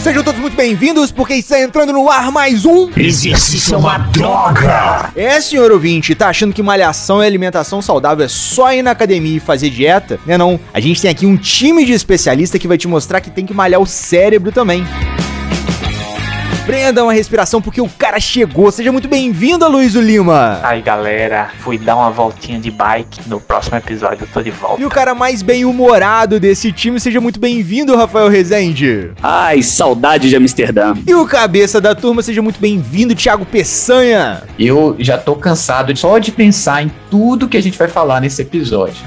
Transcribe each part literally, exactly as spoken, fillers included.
Sejam todos muito bem-vindos, porque está entrando no ar mais um... Exercício é uma droga! É, senhor ouvinte, tá achando que malhação e alimentação saudável é só ir na academia e fazer dieta? Não é não, a gente tem aqui um time de especialista que vai te mostrar que tem que malhar o cérebro também. Prenda uma respiração porque o cara chegou. Seja muito bem-vindo, Aloysio Lima. Aí, galera, fui dar uma voltinha de bike. No próximo episódio eu tô de volta. E o cara mais bem-humorado desse time, seja muito bem-vindo, Rafael Rezende. Ai, saudade de Amsterdã. E o cabeça da turma, seja muito bem-vindo, Thiago Peçanha. Eu já tô cansado só de pensar em tudo que a gente vai falar nesse episódio.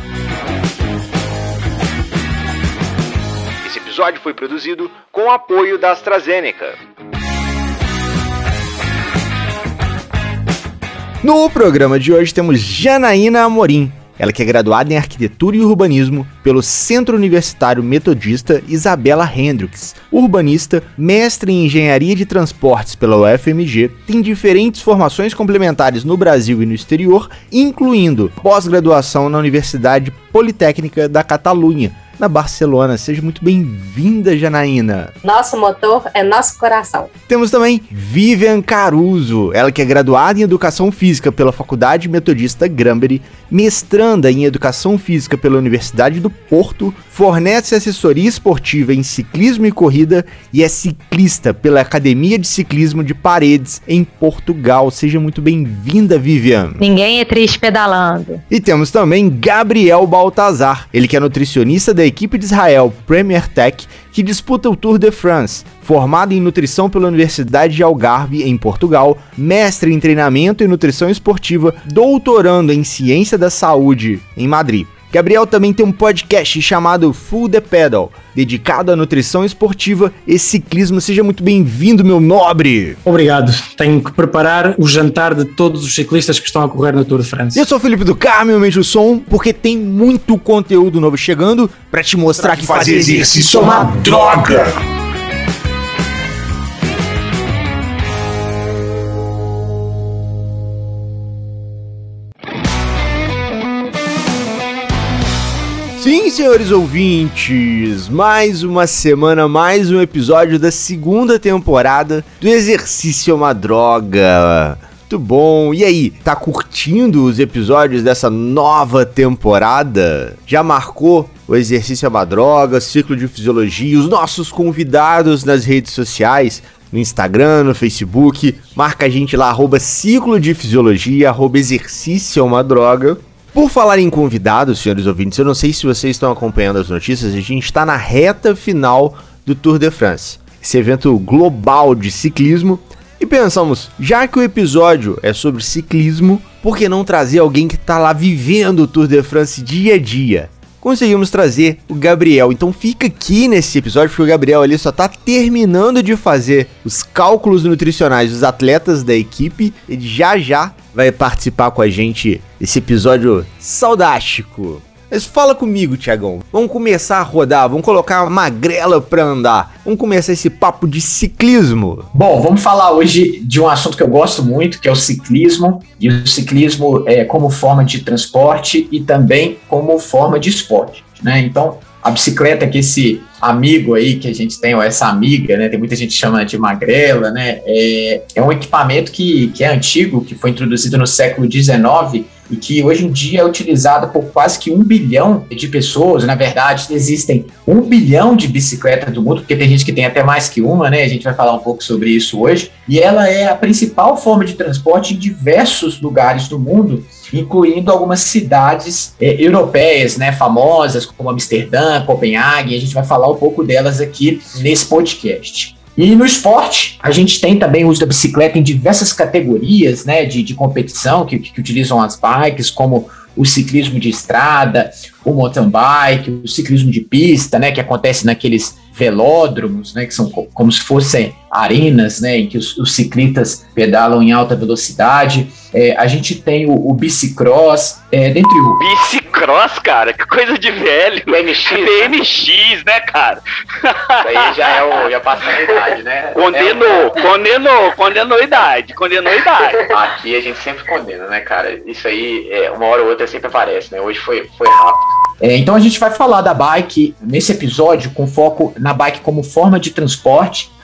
Esse episódio foi produzido com o apoio da AstraZeneca. No programa de hoje temos Janaína Amorim, ela que é graduada em Arquitetura e Urbanismo pelo Centro Universitário Metodista Isabela Hendricks, urbanista, mestre em Engenharia de Transportes pela U F M G, tem diferentes formações complementares no Brasil e no exterior, incluindo pós-graduação na Universidade Politécnica da Catalunha, na Barcelona. Seja muito bem-vinda, Janaína. Nosso motor é nosso coração. Temos também Vivian Caruso, ela que é graduada em Educação Física pela Faculdade Metodista Granbury, mestranda em Educação Física pela Universidade do Porto, fornece assessoria esportiva em ciclismo e corrida e é ciclista pela Academia de Ciclismo de Paredes, em Portugal. Seja muito bem-vinda, Vivian. Ninguém é triste pedalando. E temos também Gabriel Baltazar, ele que é nutricionista da equipe de Israel Premier Tech, que disputa o Tour de France, formado em nutrição pela Universidade de Algarve, em Portugal, mestre em treinamento e nutrição esportiva, doutorando em ciência da saúde, em Madrid. Gabriel também tem um podcast chamado Full the Pedal, dedicado à nutrição esportiva e ciclismo. Seja muito bem-vindo, meu nobre! Obrigado. Tenho que preparar o jantar de todos os ciclistas que estão a correr no Tour de France. Eu sou o Felipe do Carmo, aumente o som, porque tem muito conteúdo novo chegando pra te mostrar pra que fazer exercício é uma droga! Sim, senhores ouvintes, mais uma semana, mais um episódio da segunda temporada do Exercício é uma Droga. Muito bom. E aí, tá curtindo os episódios dessa nova temporada? Já marcou o Exercício é uma Droga, Ciclo de Fisiologia, os nossos convidados nas redes sociais? No Instagram, no Facebook, marca a gente lá, arroba Ciclo de Fisiologia, arroba Exercício é uma Droga. Por falar em convidados, senhores ouvintes, eu não sei se vocês estão acompanhando as notícias, a gente está na reta final do Tour de France, esse evento global de ciclismo, e pensamos, já que o episódio é sobre ciclismo, por que não trazer alguém que está lá vivendo o Tour de France dia a dia? Conseguimos trazer o Gabriel, então fica aqui nesse episódio, porque o Gabriel ali só está terminando de fazer os cálculos nutricionais dos atletas da equipe, ele já já vai participar com a gente desse episódio saudástico. Mas fala comigo, Thiagão, vamos começar a rodar, vamos colocar uma magrela pra andar, vamos começar esse papo de ciclismo. Bom, vamos falar hoje de um assunto que eu gosto muito, que é o ciclismo, e o ciclismo é como forma de transporte e também como forma de esporte, né? Então, a bicicleta, que esse amigo aí que a gente tem, ou essa amiga, né, tem muita gente que chama de magrela, né, é, é um equipamento que, que é antigo, que foi introduzido no século dezenove e que hoje em dia é utilizado por quase que um bilhão de pessoas. Na verdade, existem um bilhão de bicicletas do mundo, porque tem gente que tem até mais que uma, né, a gente vai falar um pouco sobre isso hoje, e ela é a principal forma de transporte em diversos lugares do mundo, incluindo algumas cidades eh, europeias, né, famosas, como Amsterdã, Copenhague. A gente vai falar um pouco delas aqui nesse podcast. E no esporte, a gente tem também o uso da bicicleta em diversas categorias, né, de, de competição que, que utilizam as bikes, como o ciclismo de estrada, o mountain bike, o ciclismo de pista, né, que acontece naqueles velódromos, né, que são co- como se fossem arenas, né, em que os, os ciclistas pedalam em alta velocidade. É, a gente tem o, o bicicross, é, dentre o... Bicicross, cara? Que coisa de velho. B M X, B M X, né, cara? Isso aí já é o, já passa a idade, né? Condenou, é o... condenou, condenou a idade, condenou a idade. Aqui a gente sempre condena, né, cara? Isso aí, é, uma hora ou outra sempre aparece, né? Hoje foi, foi rápido. É, então a gente vai falar da bike nesse episódio com foco na bike como forma de transporte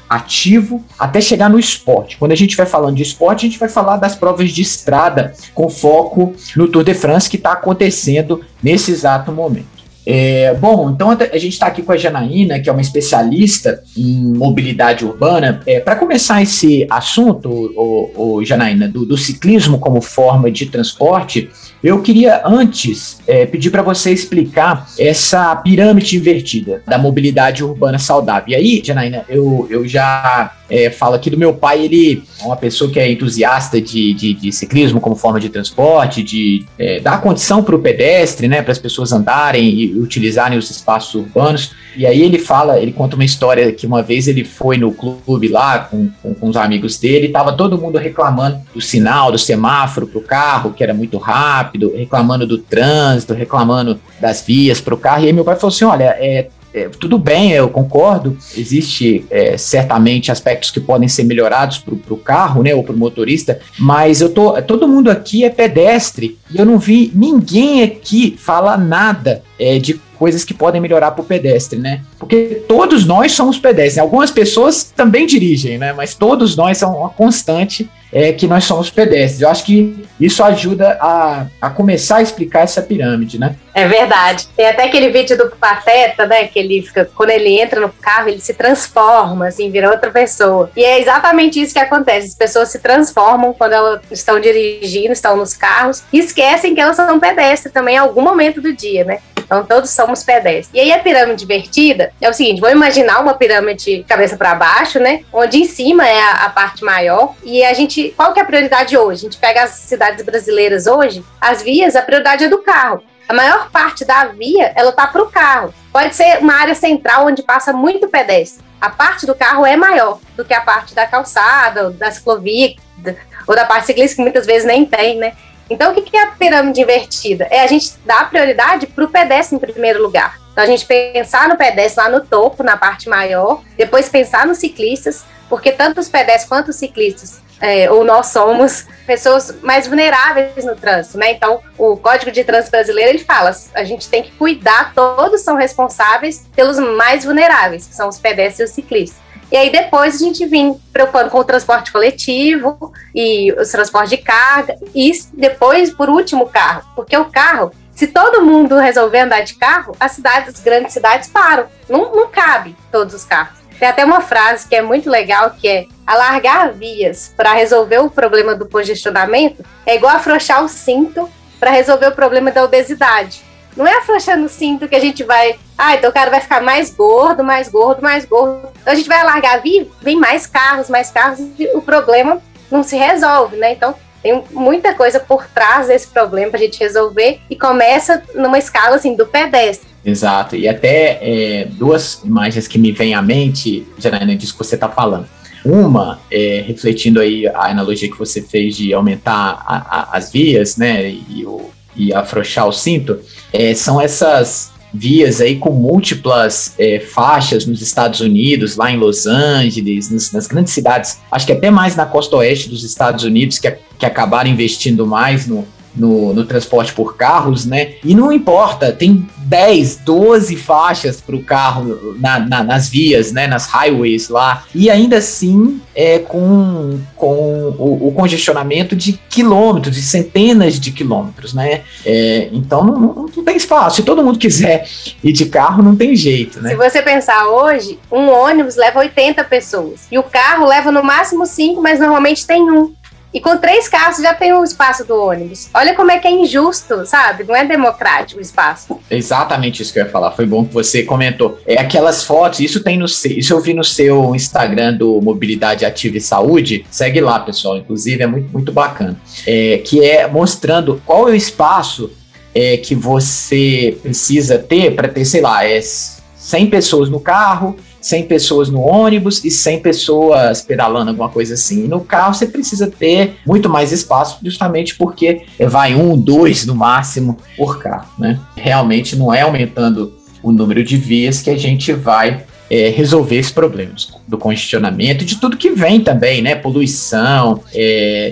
ativo até chegar no esporte. Quando a gente vai falando de esporte, a gente vai falar das provas de estrada com foco no Tour de France que está acontecendo nesse exato momento. É, bom, então a gente está aqui com a Janaína, que é uma especialista em mobilidade urbana. É, para começar esse assunto, o, o Janaína, do, do ciclismo como forma de transporte, eu queria antes é, pedir para você explicar essa pirâmide invertida da mobilidade urbana saudável. E aí, Janaína, eu, eu já é, falo aqui do meu pai. Ele é uma pessoa que é entusiasta de, de, de ciclismo como forma de transporte, de é, dar condição para o pedestre, né, para as pessoas andarem e utilizarem os espaços urbanos. E aí ele fala, ele conta uma história que uma vez ele foi no clube lá com, com, com os amigos dele, e estava todo mundo reclamando do sinal, do semáforo para o carro, que era muito rápido, reclamando do trânsito, reclamando das vias para o carro. E aí meu pai falou assim, olha, é, é, tudo bem, eu concordo, existe é, certamente aspectos que podem ser melhorados para o carro, né, ou para o motorista, mas eu tô, todo mundo aqui é pedestre e eu não vi ninguém aqui falar nada é, de coisas que podem melhorar para o pedestre, né? Porque todos nós somos pedestres. Algumas pessoas também dirigem, né? Mas todos nós são uma constante é, que nós somos pedestres. Eu acho que isso ajuda a, a começar a explicar essa pirâmide, né? É verdade. Tem até aquele vídeo do Pateta, né? Que ele fica, quando ele entra no carro, ele se transforma, assim, vira outra pessoa. E é exatamente isso que acontece. As pessoas se transformam quando elas estão dirigindo, estão nos carros, e esquecem que elas são pedestres também em algum momento do dia, né? Então todos somos pedestres. E aí a pirâmide invertida é o seguinte, vamos imaginar uma pirâmide cabeça para baixo, né? Onde em cima é a, a parte maior. E a gente, qual que é a prioridade hoje? A gente pega as cidades brasileiras hoje, as vias, a prioridade é do carro. A maior parte da via, ela tá para o carro. Pode ser uma área central onde passa muito pedestre. A parte do carro é maior do que a parte da calçada, ou da ciclovia, ou da parte ciclista, que muitas vezes nem tem, né? Então, o que é a pirâmide invertida? É a gente dar prioridade para o pedestre em primeiro lugar. Então, a gente pensar no pedestre lá no topo, na parte maior, depois pensar nos ciclistas, porque tanto os pedestres quanto os ciclistas, é, ou nós somos pessoas mais vulneráveis no trânsito, né? Então, o Código de Trânsito Brasileiro, ele fala, a gente tem que cuidar, todos são responsáveis pelos mais vulneráveis, que são os pedestres e os ciclistas. E aí depois a gente vem preocupando com o transporte coletivo e os transportes de carga e depois, por último, o carro. Porque o carro, se todo mundo resolver andar de carro, as cidades, as grandes cidades param. Não, não cabe todos os carros. Tem até uma frase que é muito legal, que é alargar vias para resolver o problema do congestionamento é igual afrouxar o cinto para resolver o problema da obesidade. Não é afrouxando o cinto que a gente vai... Ah, então o cara vai ficar mais gordo, mais gordo, mais gordo. Então a gente vai alargar a via, vem mais carros, mais carros, e o problema não se resolve, né? Então tem muita coisa por trás desse problema pra gente resolver e começa numa escala, assim, do pedestre. Exato. E até é, duas imagens que me vêm à mente, Janaína, disso que você está falando. Uma, é, refletindo aí a analogia que você fez de aumentar a, a, as vias, né, e, o, e afrouxar o cinto, é, são essas vias aí com múltiplas é, faixas nos Estados Unidos, lá em Los Angeles, nas, nas grandes cidades, acho que até mais na costa oeste dos Estados Unidos, que, que acabaram investindo mais no, no, no transporte por carros, né? E não importa, tem dez, doze faixas para o carro na, na, nas vias, né? Nas highways lá, e ainda assim é com, com o, o congestionamento de quilômetros, de centenas de quilômetros, né? É, então não, não tem espaço. Se todo mundo quiser ir de carro, não tem jeito, né? Se você pensar hoje, um ônibus leva oitenta pessoas e o carro leva no máximo cinco, mas normalmente tem um. E com três carros já tem o espaço do ônibus. Olha como é que é injusto, sabe? Não é democrático o espaço. Exatamente isso que eu ia falar. Foi bom que você comentou. É aquelas fotos, isso tem no seu, isso eu vi no seu Instagram do Mobilidade Ativa e Saúde. Segue lá, pessoal. Inclusive, é muito, muito bacana. É, que é mostrando qual é o espaço é, que você precisa ter para ter, sei lá, é cem pessoas no carro, cem pessoas no ônibus e cem pessoas pedalando, alguma coisa assim. E no carro você precisa ter muito mais espaço, justamente porque vai um, dois no máximo por carro, né? Realmente não é aumentando o número de vias que a gente vai é, resolver esses problemas do congestionamento e de tudo que vem também, né? Poluição é,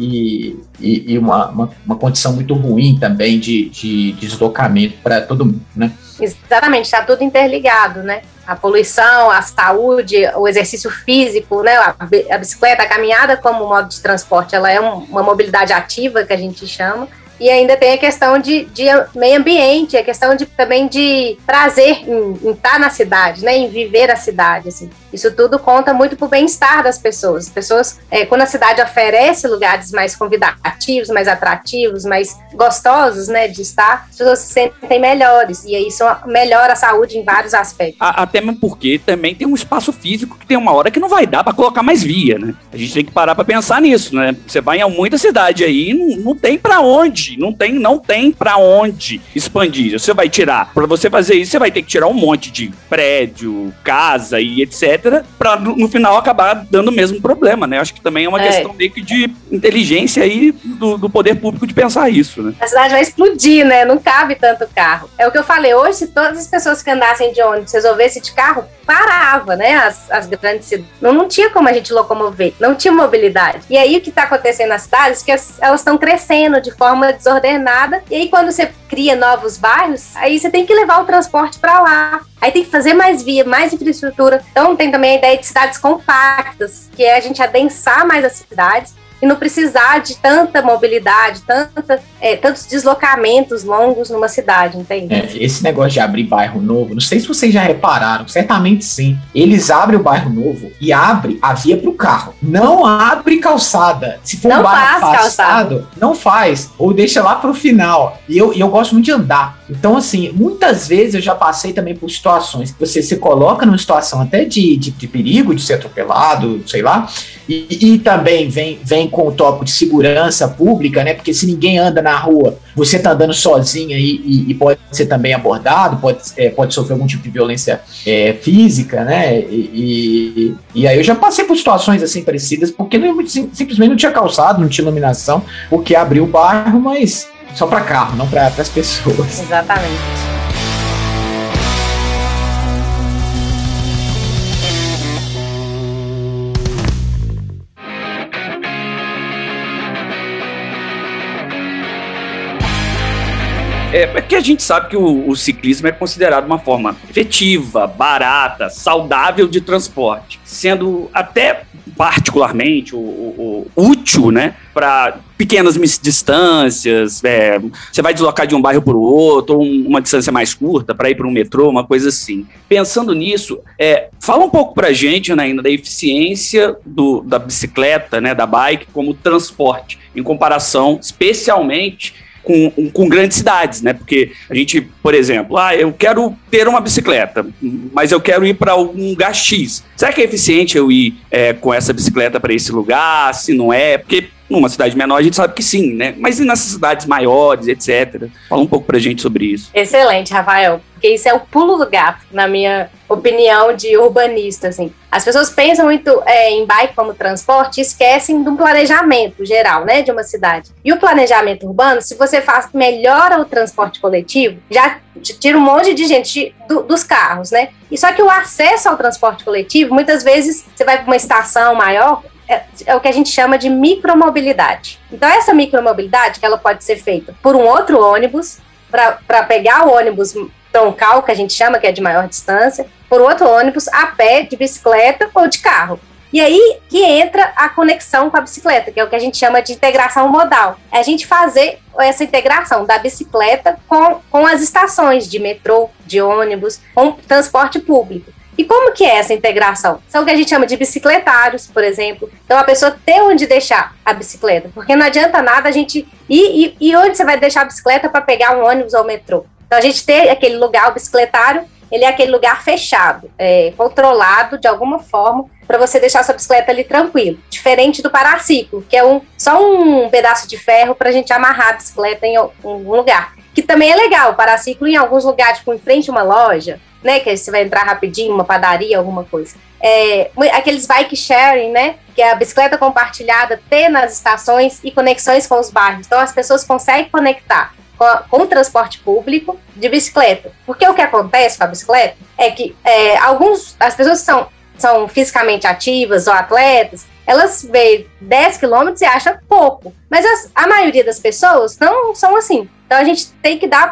e, e, e uma, uma, uma condição muito ruim também de, de deslocamento para todo mundo, né? Exatamente, está tudo interligado, né? a poluição, a saúde, o exercício físico, né? A, a bicicleta, a caminhada como modo de transporte, ela é um, uma mobilidade ativa, que a gente chama. E ainda tem a questão de, de meio ambiente, a questão de, também de prazer em, em estar na cidade, né, em viver a cidade. Assim. Isso tudo conta muito para o bem-estar das pessoas. As pessoas, é, quando a cidade oferece lugares mais convidativos, mais atrativos, mais gostosos, né, de estar, as pessoas se sentem melhores. E aí isso melhora a saúde em vários aspectos. Até mesmo porque também tem um espaço físico que tem uma hora que não vai dar para colocar mais via, né? A gente tem que parar para pensar nisso, né? Você vai em muita cidade aí, não, não tem para onde. Não tem, não tem pra onde expandir. Você vai tirar, pra você fazer isso, você vai ter que tirar um monte de prédio, casa e etcétera, pra no, no final acabar dando o mesmo problema, né? Acho que também é uma é. questão meio que de inteligência aí do, do poder público de pensar isso, né? A cidade vai explodir, né? Não cabe tanto carro. É o que eu falei, hoje, se todas as pessoas que andassem de ônibus resolvessem de carro, parava, né? As, as grandes cidades. Não, não tinha como a gente locomover, não tinha mobilidade. E aí o que tá acontecendo nas cidades é que as, elas estão crescendo de forma desordenada, e aí quando você cria novos bairros, aí você tem que levar o transporte para lá, aí tem que fazer mais via, mais infraestrutura. Então tem também a ideia de cidades compactas, que é a gente adensar mais as cidades e não precisar de tanta mobilidade, tanta, é, tantos deslocamentos longos numa cidade, entende? É, esse negócio de abrir bairro novo, não sei se vocês já repararam, certamente sim. Eles abrem o bairro novo e abrem a via para o carro. Não abre calçada. Se for não um bairro faz afastado, calçada. Não faz. Ou deixa lá para o final. E eu, eu gosto muito de andar. Então, assim, muitas vezes eu já passei também por situações que você se coloca numa situação até de, de, de perigo, de ser atropelado, sei lá, e, e também vem, vem com o tópico de segurança pública, né? Porque se ninguém anda na rua, você tá andando sozinha e, e, e pode ser também abordado, pode, é, pode sofrer algum tipo de violência é, física, né? E, e, e aí eu já passei por situações assim parecidas, porque não, sim, simplesmente não tinha calçado, não tinha iluminação, porque abriu o bairro, mas só para carro, não para as pessoas. Exatamente. É porque a gente sabe que o, o ciclismo é considerado uma forma efetiva, barata, saudável de transporte, sendo até particularmente o, o, o útil, né, para pequenas distâncias. É, você vai deslocar de um bairro para o outro, ou uma distância mais curta para ir para um metrô, uma coisa assim. Pensando nisso, é, fala um pouco para a gente, né, ainda da eficiência do, da bicicleta, né, da bike como transporte, em comparação especialmente Com, com grandes cidades, né? Porque a gente, por exemplo, ah, eu quero ter uma bicicleta, mas eu quero ir para algum lugar X. Será que é eficiente eu ir é, com essa bicicleta para esse lugar? Se não é, porque numa cidade menor a gente sabe que sim, né? Mas e nessas cidades maiores, etcétera? Fala um pouco pra gente sobre isso. Excelente, Rafael, porque isso é o pulo do gato, na minha opinião de urbanista, assim. As pessoas pensam muito é, em bike como transporte e esquecem de um planejamento geral, né, de uma cidade. E o planejamento urbano, se você faz, melhora o transporte coletivo, já tira um monte de gente do, dos carros, né? E só que o acesso ao transporte coletivo, muitas vezes você vai para uma estação maior, É, é o que a gente chama de micromobilidade. Então, essa micromobilidade, que ela pode ser feita por um outro ônibus, para pegar o ônibus troncal, que a gente chama, que é de maior distância, por outro ônibus a pé, de bicicleta ou de carro. E aí que entra a conexão com a bicicleta, que é o que a gente chama de integração modal. É a gente fazer essa integração da bicicleta com, com as estações de metrô, de ônibus, com transporte público. E como que é essa integração? São o que a gente chama de bicicletários, por exemplo. Então, a pessoa tem onde deixar a bicicleta, porque não adianta nada a gente ir, e, e onde você vai deixar a bicicleta para pegar um ônibus ou metrô. Então, a gente tem aquele lugar, o bicicletário, ele é aquele lugar fechado, é, controlado de alguma forma, para você deixar a sua bicicleta ali tranquilo. Diferente do paraciclo, que é um, só um pedaço de ferro para a gente amarrar a bicicleta em algum lugar. Que também é legal, o paraciclo em alguns lugares, tipo em frente a uma loja, né, que aí você vai entrar rapidinho, uma padaria, alguma coisa. É, aqueles bike sharing, né, que é a bicicleta compartilhada, ter nas estações e conexões com os bairros. Então, as pessoas conseguem conectar com, a, com o transporte público de bicicleta. Porque o que acontece com a bicicleta é que é, alguns, as pessoas que são, são fisicamente ativas ou atletas, elas veem dez quilômetros e acham pouco. Mas as, a maioria das pessoas não são assim. Então, a gente tem que dar...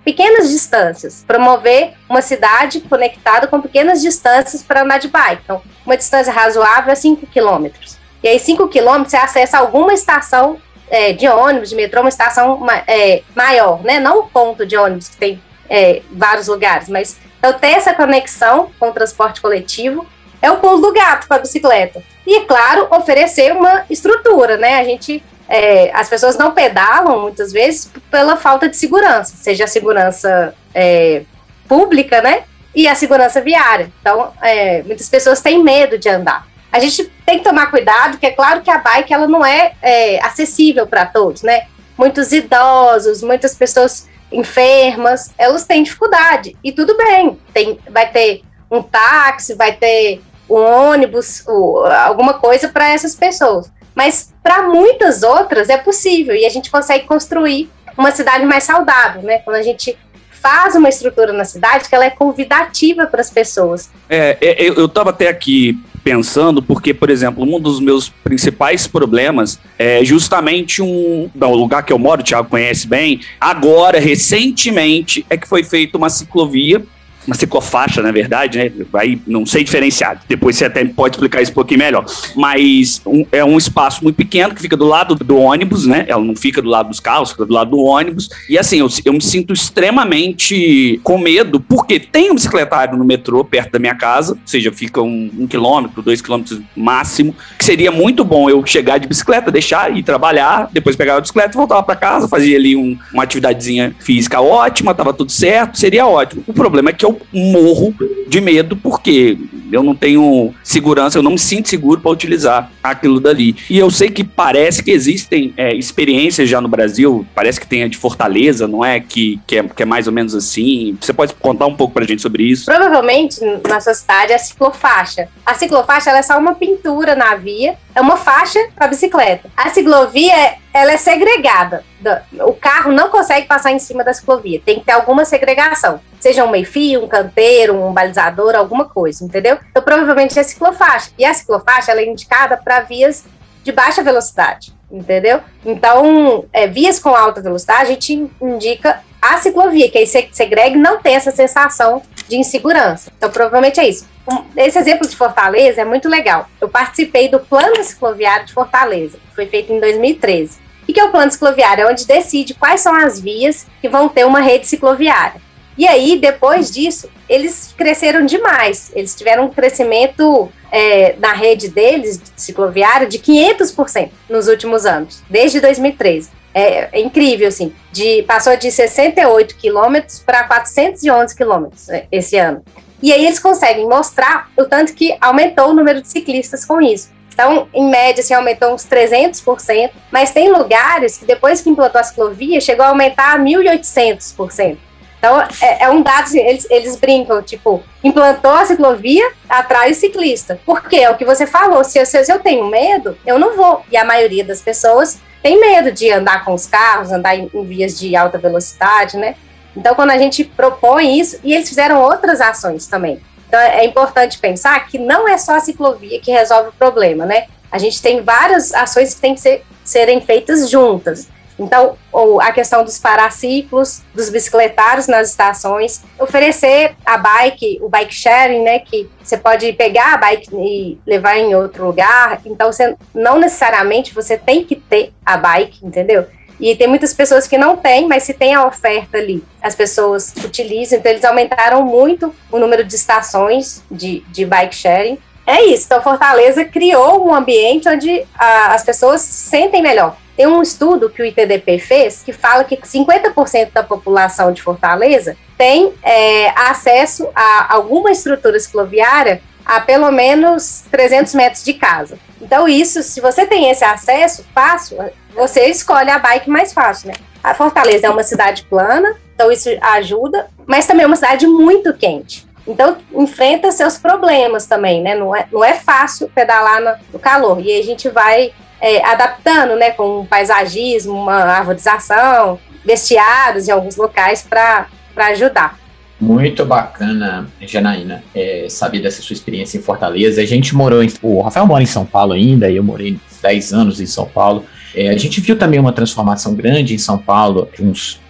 pequenas distâncias, promover uma cidade conectada com pequenas distâncias para andar de bike. Então, uma distância razoável é cinco quilômetros. E aí, cinco quilômetros você acessa alguma estação é, de ônibus, de metrô, uma estação é, maior, né? Não um ponto de ônibus que tem é, vários lugares, mas então ter essa conexão com o transporte coletivo é o pulo do gato para a bicicleta. E, é claro, oferecer uma estrutura, né? A gente, é, as pessoas não pedalam, muitas vezes, pela falta de segurança, seja a segurança é, pública, né? E a segurança viária. Então, é, muitas pessoas têm medo de andar. A gente tem que tomar cuidado, porque é claro que a bike ela não é, é acessível para todos, né? Muitos idosos, muitas pessoas enfermas, elas têm dificuldade. E tudo bem, tem, vai ter um táxi, vai ter um ônibus, ou alguma coisa para essas pessoas. Mas para muitas outras é possível e a gente consegue construir uma cidade mais saudável, né? Quando a gente faz uma estrutura na cidade que ela é convidativa para as pessoas. É, eu estava até aqui pensando, porque, por exemplo, um dos meus principais problemas é justamente um... Não, o lugar que eu moro, o Thiago conhece bem, agora, recentemente, é que foi feita uma ciclovia, uma ciclofaixa, na verdade, né? Aí não sei diferenciar. Depois você até pode explicar isso um pouquinho melhor. Mas um, é um espaço muito pequeno que fica do lado do ônibus, né? Ela não fica do lado dos carros, fica do lado do ônibus. E assim, eu, eu me sinto extremamente com medo, porque tem um bicicletário no metrô perto da minha casa, ou seja, fica um, um quilômetro, dois quilômetros máximo, que seria muito bom eu chegar de bicicleta, deixar ir trabalhar, depois pegar a bicicleta, voltava para casa, fazia ali um, uma atividadezinha física ótima, tava tudo certo, seria ótimo. O problema é que eu morro de medo porque eu não tenho segurança, eu não me sinto seguro para utilizar aquilo dali. E eu sei que parece que existem é, experiências já no Brasil, parece que tem a de Fortaleza, não é? Que, que, é? que é mais ou menos assim. Você pode contar um pouco pra gente sobre isso? Provavelmente, na sua cidade, é a ciclofaixa. A ciclofaixa ela é só uma pintura na via, é uma faixa para bicicleta. A ciclovia, ela é segregada. O carro não consegue passar em cima da ciclovia, tem que ter alguma segregação. Seja um meio-fio, um canteiro, um balizador, alguma coisa, entendeu? Então, provavelmente é ciclofaixa. E a ciclofaixa, ela é indicada para vias de baixa velocidade, entendeu? Então, é, vias com alta velocidade, a gente indica a ciclovia, que aí segrega e não tem essa sensação de insegurança. Então, provavelmente é isso. Um, esse exemplo de Fortaleza é muito legal. Eu participei do Plano Cicloviário de Fortaleza, que foi feito em dois mil e treze. E que é o Plano Cicloviário? É onde decide quais são as vias que vão ter uma rede cicloviária. E aí, depois disso, eles cresceram demais. Eles tiveram um crescimento é, na rede deles, cicloviária, de quinhentos por cento nos últimos anos, desde dois mil e treze. É, é incrível, assim. De, passou de sessenta e oito quilômetros para quatrocentos e onze quilômetros esse ano. E aí eles conseguem mostrar o tanto que aumentou o número de ciclistas com isso. Então, em média, assim, aumentou uns trezentos por cento, mas tem lugares que depois que implantou a ciclovia, chegou a aumentar mil e oitocentos por cento. Então, é, é um dado, assim, eles, eles brincam, tipo, implantou a ciclovia, atrai o ciclista. Por quê? É o que você falou, se eu, se eu tenho medo, eu não vou. E a maioria das pessoas tem medo de andar com os carros, andar em, em vias de alta velocidade, né? Então, quando a gente propõe isso, e eles fizeram outras ações também. Então, é importante pensar que não é só a ciclovia que resolve o problema, né? A gente tem várias ações que têm que ser, serem feitas juntas. Então, a questão dos paraciclos, dos bicicletários nas estações, oferecer a bike, o bike sharing, né, que você pode pegar a bike e levar em outro lugar. Então, você, não necessariamente você tem que ter a bike, entendeu? E tem muitas pessoas que não têm, mas se tem a oferta ali, as pessoas utilizam. Então, eles aumentaram muito o número de estações de, de bike sharing. É isso. Então, Fortaleza criou um ambiente onde a, as pessoas se sentem melhor. Tem um estudo que o I T D P fez que fala que cinquenta por cento da população de Fortaleza tem é, acesso a alguma estrutura cicloviária a pelo menos trezentos metros de casa. Então isso, se você tem esse acesso fácil, você escolhe a bike mais fácil, né? A Fortaleza é uma cidade plana, então isso ajuda, mas também é uma cidade muito quente. Então, enfrenta seus problemas também, né? Não é, não é fácil pedalar no, no calor. E aí a gente vai é, adaptando, né? Com um paisagismo, uma arborização, vestiários em alguns locais para ajudar. Muito bacana, Janaína, é, saber dessa sua experiência em Fortaleza. A gente morou, em, o Rafael mora em São Paulo ainda, e eu morei dez anos em São Paulo. É, a gente viu também uma transformação grande em São Paulo, uns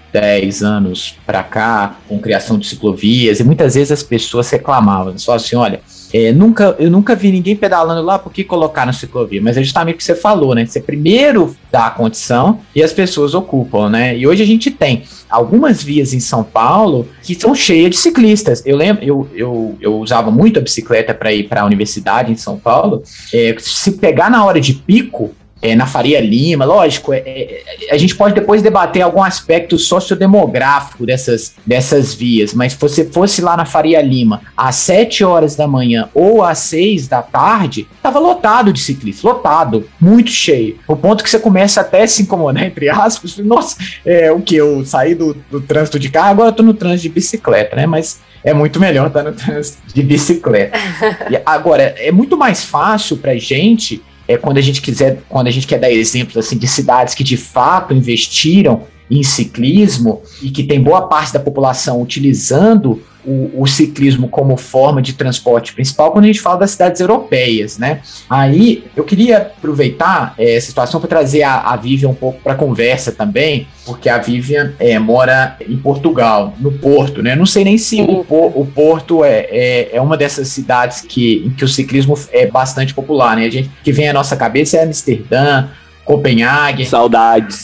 dez anos para cá, com criação de ciclovias, e muitas vezes as pessoas reclamavam, só assim, olha, é, nunca, eu nunca vi ninguém pedalando lá, por que colocar na ciclovia? Mas é justamente o que você falou, né? Você primeiro dá a condição e as pessoas ocupam, né? E hoje a gente tem algumas vias em São Paulo que são cheias de ciclistas. Eu lembro, eu, eu, eu usava muito a bicicleta para ir para a universidade em São Paulo. É, se pegar na hora de pico, É, na Faria Lima, lógico, é, é, a gente pode depois debater algum aspecto sociodemográfico dessas, dessas vias, mas se você fosse lá na Faria Lima às sete horas da manhã ou às seis da tarde, estava lotado de ciclistas, lotado, muito cheio, o ponto que você começa até a se incomodar, entre aspas, nossa, é, o que, eu saí do, do trânsito de carro, agora eu tô no trânsito de bicicleta, né, mas é muito melhor estar no trânsito de bicicleta. E agora, é muito mais fácil pra gente É, quando a gente quiser, quando a gente quer dar exemplos assim, de cidades que de fato investiram em ciclismo e que tem boa parte da população utilizando o, o ciclismo como forma de transporte principal, quando a gente fala das cidades europeias, né? Aí eu queria aproveitar é, essa situação para trazer a, a Vivian um pouco para a conversa também, porque a Vivian é, mora em Portugal, no Porto, né? Não sei nem se o, o Porto é, é, é uma dessas cidades que, em que o ciclismo é bastante popular, né? A gente que vem à nossa cabeça é Amsterdã, Copenhague. Saudades.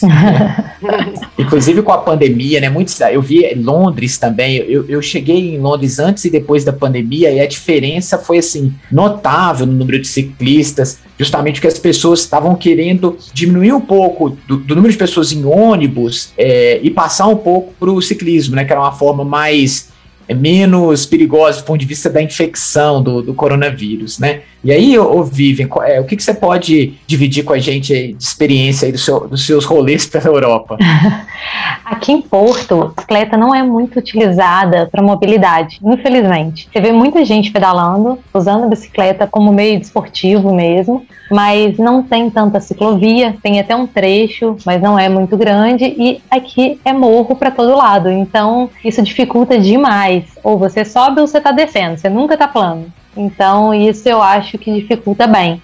Inclusive com a pandemia, né? Muitos, eu vi Londres também. Eu, eu cheguei em Londres antes e depois da pandemia e a diferença foi assim notável no número de ciclistas, justamente porque as pessoas estavam querendo diminuir um pouco do, do número de pessoas em ônibus é, e passar um pouco para o ciclismo, né? Que era uma forma mais é menos perigosa do ponto de vista da infecção do, do coronavírus, né? E aí, ô, ô Vivian, é, o que, que você pode dividir com a gente aí de experiência aí do seu, dos seus rolês pela Europa? Aqui em Porto, a bicicleta não é muito utilizada para mobilidade, infelizmente. Você vê muita gente pedalando, usando a bicicleta como meio esportivo mesmo, mas não tem tanta ciclovia, tem até um trecho, mas não é muito grande, e aqui é morro para todo lado, então isso dificulta demais. Ou você sobe ou você está descendo, você nunca está plano. Então isso eu acho que dificulta bem.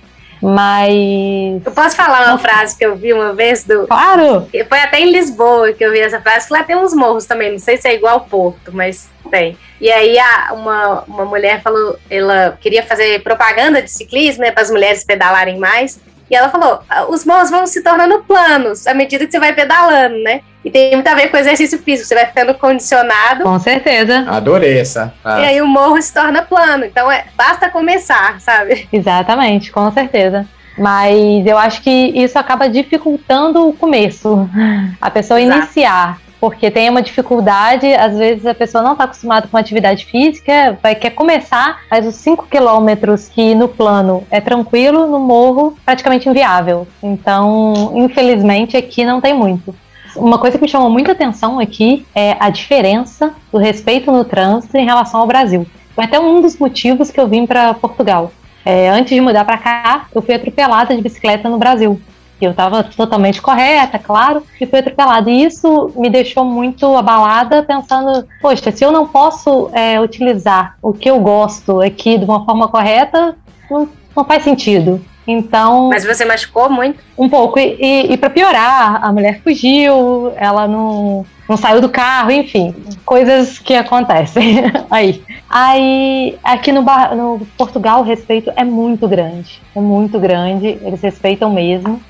Mas... Eu posso falar uma frase que eu vi uma vez? Do... Claro! Foi até em Lisboa que eu vi essa frase, que lá tem uns morros também, não sei se é igual ao Porto, mas tem. E aí a, uma, uma mulher falou, ela queria fazer propaganda de ciclismo, né, para as mulheres pedalarem mais, e ela falou, os morros vão se tornando planos à medida que você vai pedalando, né? E tem muito a ver com o exercício físico, você vai ficando condicionado. Com certeza. Adorei essa. Ah. E aí o morro se torna plano, então é, basta começar, sabe? Exatamente, com certeza. Mas eu acho que isso acaba dificultando o começo, a pessoa Exato. Iniciar. Porque tem uma dificuldade, às vezes a pessoa não está acostumada com atividade física, vai quer começar, mas os cinco quilômetros que no plano é tranquilo, no morro praticamente inviável. Então, infelizmente, aqui não tem muito. Uma coisa que me chamou muita atenção aqui é a diferença do respeito no trânsito em relação ao Brasil. Foi até um dos motivos que eu vim para Portugal. É, antes de mudar para cá, eu fui atropelada de bicicleta no Brasil. Eu estava totalmente correta, claro, e fui atropelada. E isso me deixou muito abalada, pensando, poxa, se eu não posso é, utilizar o que eu gosto aqui de uma forma correta, não, não faz sentido. Então... Mas você machucou muito? Um pouco. E, e, e para piorar, a mulher fugiu, ela não, não saiu do carro, enfim, coisas que acontecem aí. Aí, aqui no, no Portugal, o respeito é muito grande, é muito grande, eles respeitam mesmo.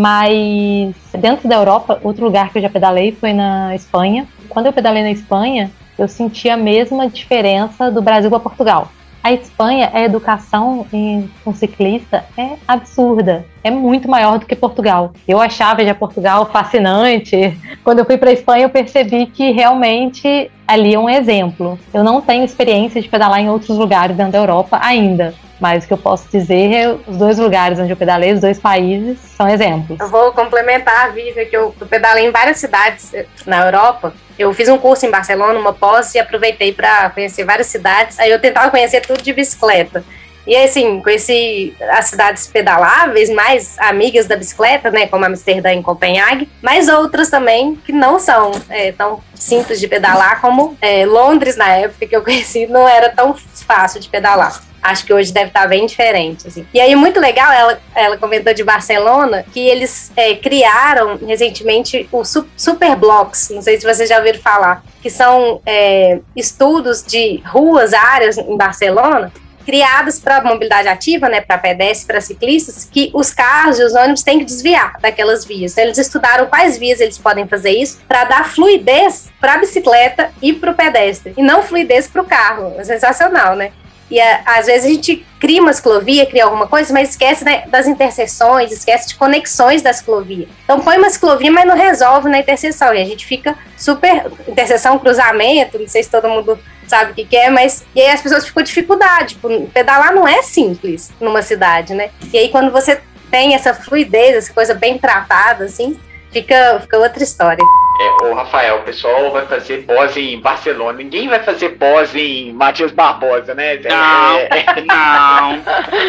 Mas dentro da Europa, outro lugar que eu já pedalei foi na Espanha. Quando eu pedalei na Espanha, eu senti a mesma diferença do Brasil para Portugal. A Espanha, a educação em um ciclista é absurda, é muito maior do que Portugal. Eu achava já Portugal fascinante. Quando eu fui para a Espanha, eu percebi que realmente ali é um exemplo. Eu não tenho experiência de pedalar em outros lugares dentro da Europa ainda. Mas o que eu posso dizer é os dois lugares onde eu pedalei, os dois países, são exemplos. Eu vou complementar a Vivian, que eu pedalei em várias cidades na Europa. Eu fiz um curso em Barcelona, uma pós, e aproveitei para conhecer várias cidades. Aí eu tentava conhecer tudo de bicicleta. E assim, conheci as cidades pedaláveis, mais amigas da bicicleta, né, como Amsterdã e Copenhague, mas outras também que não são é, tão simples de pedalar, como é, Londres, na época que eu conheci, não era tão fácil de pedalar. Acho que hoje deve estar bem diferente, assim. E aí, muito legal, ela, ela comentou de Barcelona, que eles é, criaram recentemente o Superblocks, não sei se vocês já ouviram falar, que são é, estudos de ruas, áreas em Barcelona, criados para mobilidade ativa, né, para pedestres, para ciclistas, que os carros e os ônibus têm que desviar daquelas vias. Eles estudaram quais vias eles podem fazer isso para dar fluidez para a bicicleta e para o pedestre, e não fluidez para o carro. É sensacional, né? E a, às vezes a gente cria uma ciclovia, cria alguma coisa, mas esquece, né, das interseções, esquece de conexões da ciclovia. Então põe uma ciclovia, mas não resolve na interseção. E a gente fica super... Interseção, cruzamento, não sei se todo mundo sabe o que, que é, mas... E aí as pessoas ficam com dificuldade. Tipo, pedalar não é simples numa cidade, né? E aí quando você tem essa fluidez, essa coisa bem tratada, assim, fica, fica outra história. É, ô Rafael, o pessoal vai fazer pós em Barcelona. Ninguém vai fazer pós em Matias Barbosa, né? Não, é, não.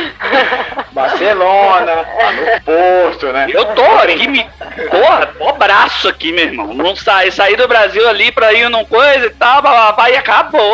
Barcelona, lá no Porto, né? Eu tô aqui, me... porra, pô braço aqui, meu irmão. Não sai, sair do Brasil ali pra ir num coisa e tal, vai e acabou.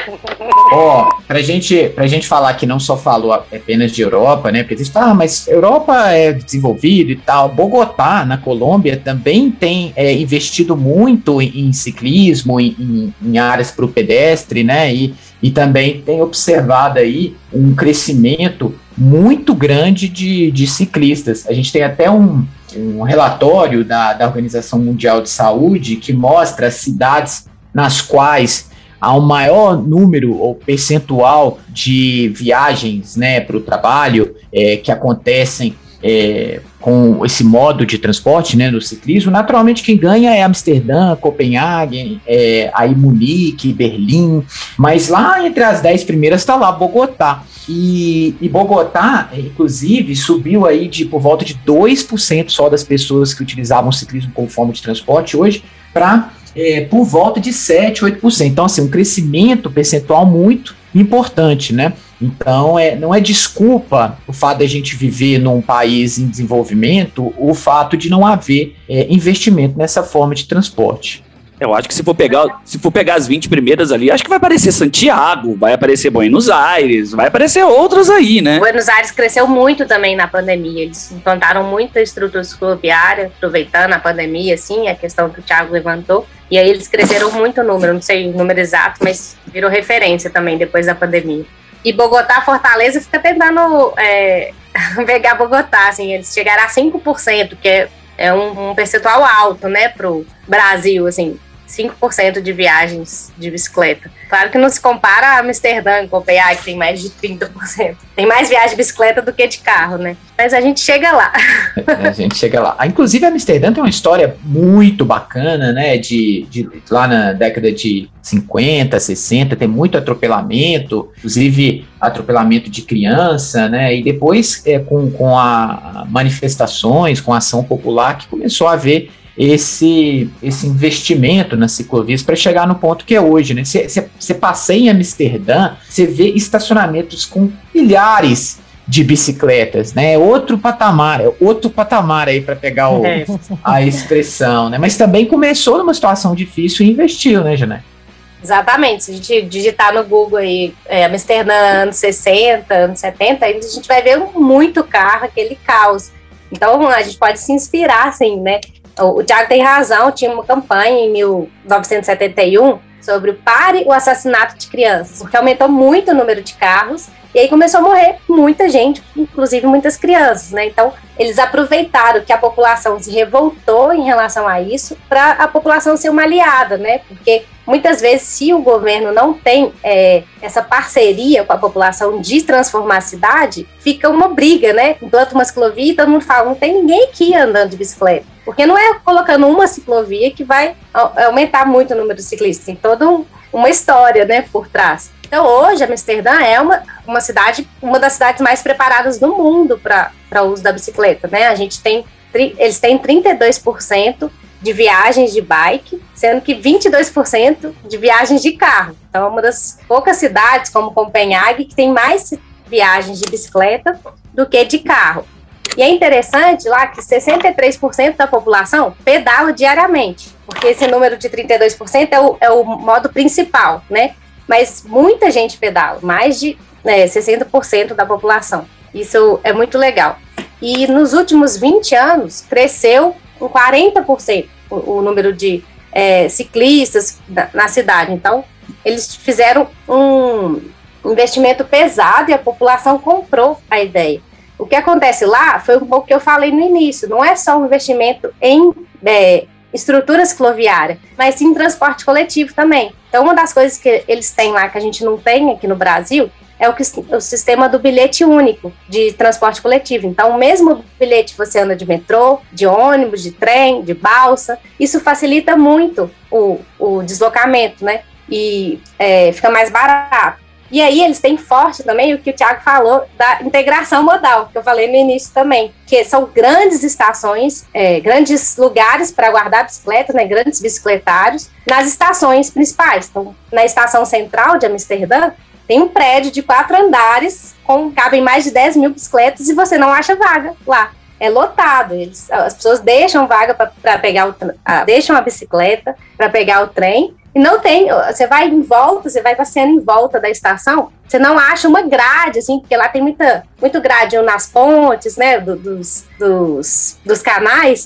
Ó, oh, pra gente, pra gente falar que não só falou apenas de Europa, né? Porque eles falam, ah, mas Europa é desenvolvida e tal. Bogotá, na Colômbia, também tem é, investido muito em, em ciclismo, em, em, em áreas para o pedestre, né? E, e também tem observado aí um crescimento muito grande de, de ciclistas. A gente tem até um, um relatório da, da Organização Mundial de Saúde que mostra as cidades nas quais há um maior número ou percentual de viagens, né, para o trabalho é, que acontecem É, com esse modo de transporte, né, do ciclismo. Naturalmente quem ganha é Amsterdã, Copenhague, é, aí Munique, Berlim, mas lá entre as dez primeiras está lá Bogotá, e, e Bogotá, inclusive, subiu aí de por volta de dois por cento só das pessoas que utilizavam o ciclismo como forma de transporte hoje, para é, por volta de sete, oito por cento. Então, assim, um crescimento percentual muito importante, né? Então, é, não é desculpa o fato de a gente viver num país em desenvolvimento, o fato de não haver é, investimento nessa forma de transporte. Eu acho que se for pegar, se for pegar as vinte primeiras ali, acho que vai aparecer Santiago, vai aparecer Buenos Aires, vai aparecer outras aí, né? Buenos Aires cresceu muito também na pandemia, eles implantaram muita estrutura cicloviária, aproveitando a pandemia, assim, a questão que o Thiago levantou, e aí eles cresceram muito o número, não sei o número exato, mas virou referência também depois da pandemia. E Bogotá, Fortaleza, fica tentando é, pegar Bogotá, assim, eles chegaram a cinco por cento, que é, é um, um percentual alto, né, pro Brasil, assim, cinco por cento de viagens de bicicleta. Claro que não se compara a Amsterdã, Copenhague, que tem mais de trinta por cento. Tem mais viagem de bicicleta do que de carro, né? Mas a gente chega lá. A gente chega lá. Inclusive, Amsterdã tem uma história muito bacana, né? De, de lá na década de cinquenta, sessenta, tem muito atropelamento, inclusive atropelamento de criança, né? E depois, é, com, com a manifestações, com a ação popular, que começou a haver esse, esse investimento nas ciclovias para chegar no ponto que é hoje, né? Você passeia em Amsterdã, você vê estacionamentos com milhares de bicicletas, né? Outro patamar, outro patamar aí para pegar o, é. a expressão, né? Mas também começou numa situação difícil e investiu, né, Janete? Exatamente, se a gente digitar no Google aí, é, Amsterdã anos sessenta, anos setenta, a gente vai ver muito carro, aquele caos. Então a gente pode se inspirar, assim, né? O Thiago tem razão, tinha uma campanha em mil novecentos e setenta e um sobre o Pare o Assassinato de Crianças, porque aumentou muito o número de carros e aí começou a morrer muita gente, inclusive muitas crianças, né? Então, eles aproveitaram que a população se revoltou em relação a isso para a população ser uma aliada, né? Porque muitas vezes, se o governo não tem é, essa parceria com a população de transformar a cidade, fica uma briga, né? Implanta uma ciclovia e todo mundo fala, não tem ninguém aqui andando de bicicleta. Porque não é colocando uma ciclovia que vai aumentar muito o número de ciclistas. Tem toda um, uma história, né, por trás. Então, hoje, Amsterdã é uma, uma cidade, uma das cidades mais preparadas do mundo para o uso da bicicleta, né? A gente tem, eles têm trinta e dois por cento de viagens de bike, sendo que vinte e dois por cento de viagens de carro. Então, é uma das poucas cidades, como Copenhague, que tem mais viagens de bicicleta do que de carro. E é interessante lá que sessenta e três por cento da população pedala diariamente, porque esse número de trinta e dois por cento é o, é o modo principal, né? mas muita gente pedala, mais de né, sessenta por cento da população. Isso é muito legal. E nos últimos vinte anos, cresceu em quarenta por cento o, o número de é, ciclistas na, na cidade. Então, eles fizeram um investimento pesado e a população comprou a ideia. O que acontece lá foi um pouco que eu falei no início, não é só um investimento em é, estrutura cicloviária, mas sim em transporte coletivo também. Então, uma das coisas que eles têm lá, que a gente não tem aqui no Brasil, é o, que, o sistema do bilhete único de transporte coletivo. Então, o mesmo bilhete você anda de metrô, de ônibus, de trem, de balsa, isso facilita muito o, o deslocamento, né? E é, fica mais barato. E aí eles têm forte também o que o Thiago falou da integração modal, que eu falei no início também, que são grandes estações, é, grandes lugares para guardar bicicletas, né, grandes bicicletários, nas estações principais. Então, na estação central de Amsterdã, tem um prédio de quatro andares, com cabem mais de dez mil bicicletas e você não acha vaga lá. É lotado, eles, as pessoas deixam vaga para pegar o, a, deixam a bicicleta para pegar o trem. E não tem, você vai em volta, você vai passeando em volta da estação, você não acha uma grade, assim, porque lá tem muita, muito grade nas pontes, né, do, dos, dos, dos canais,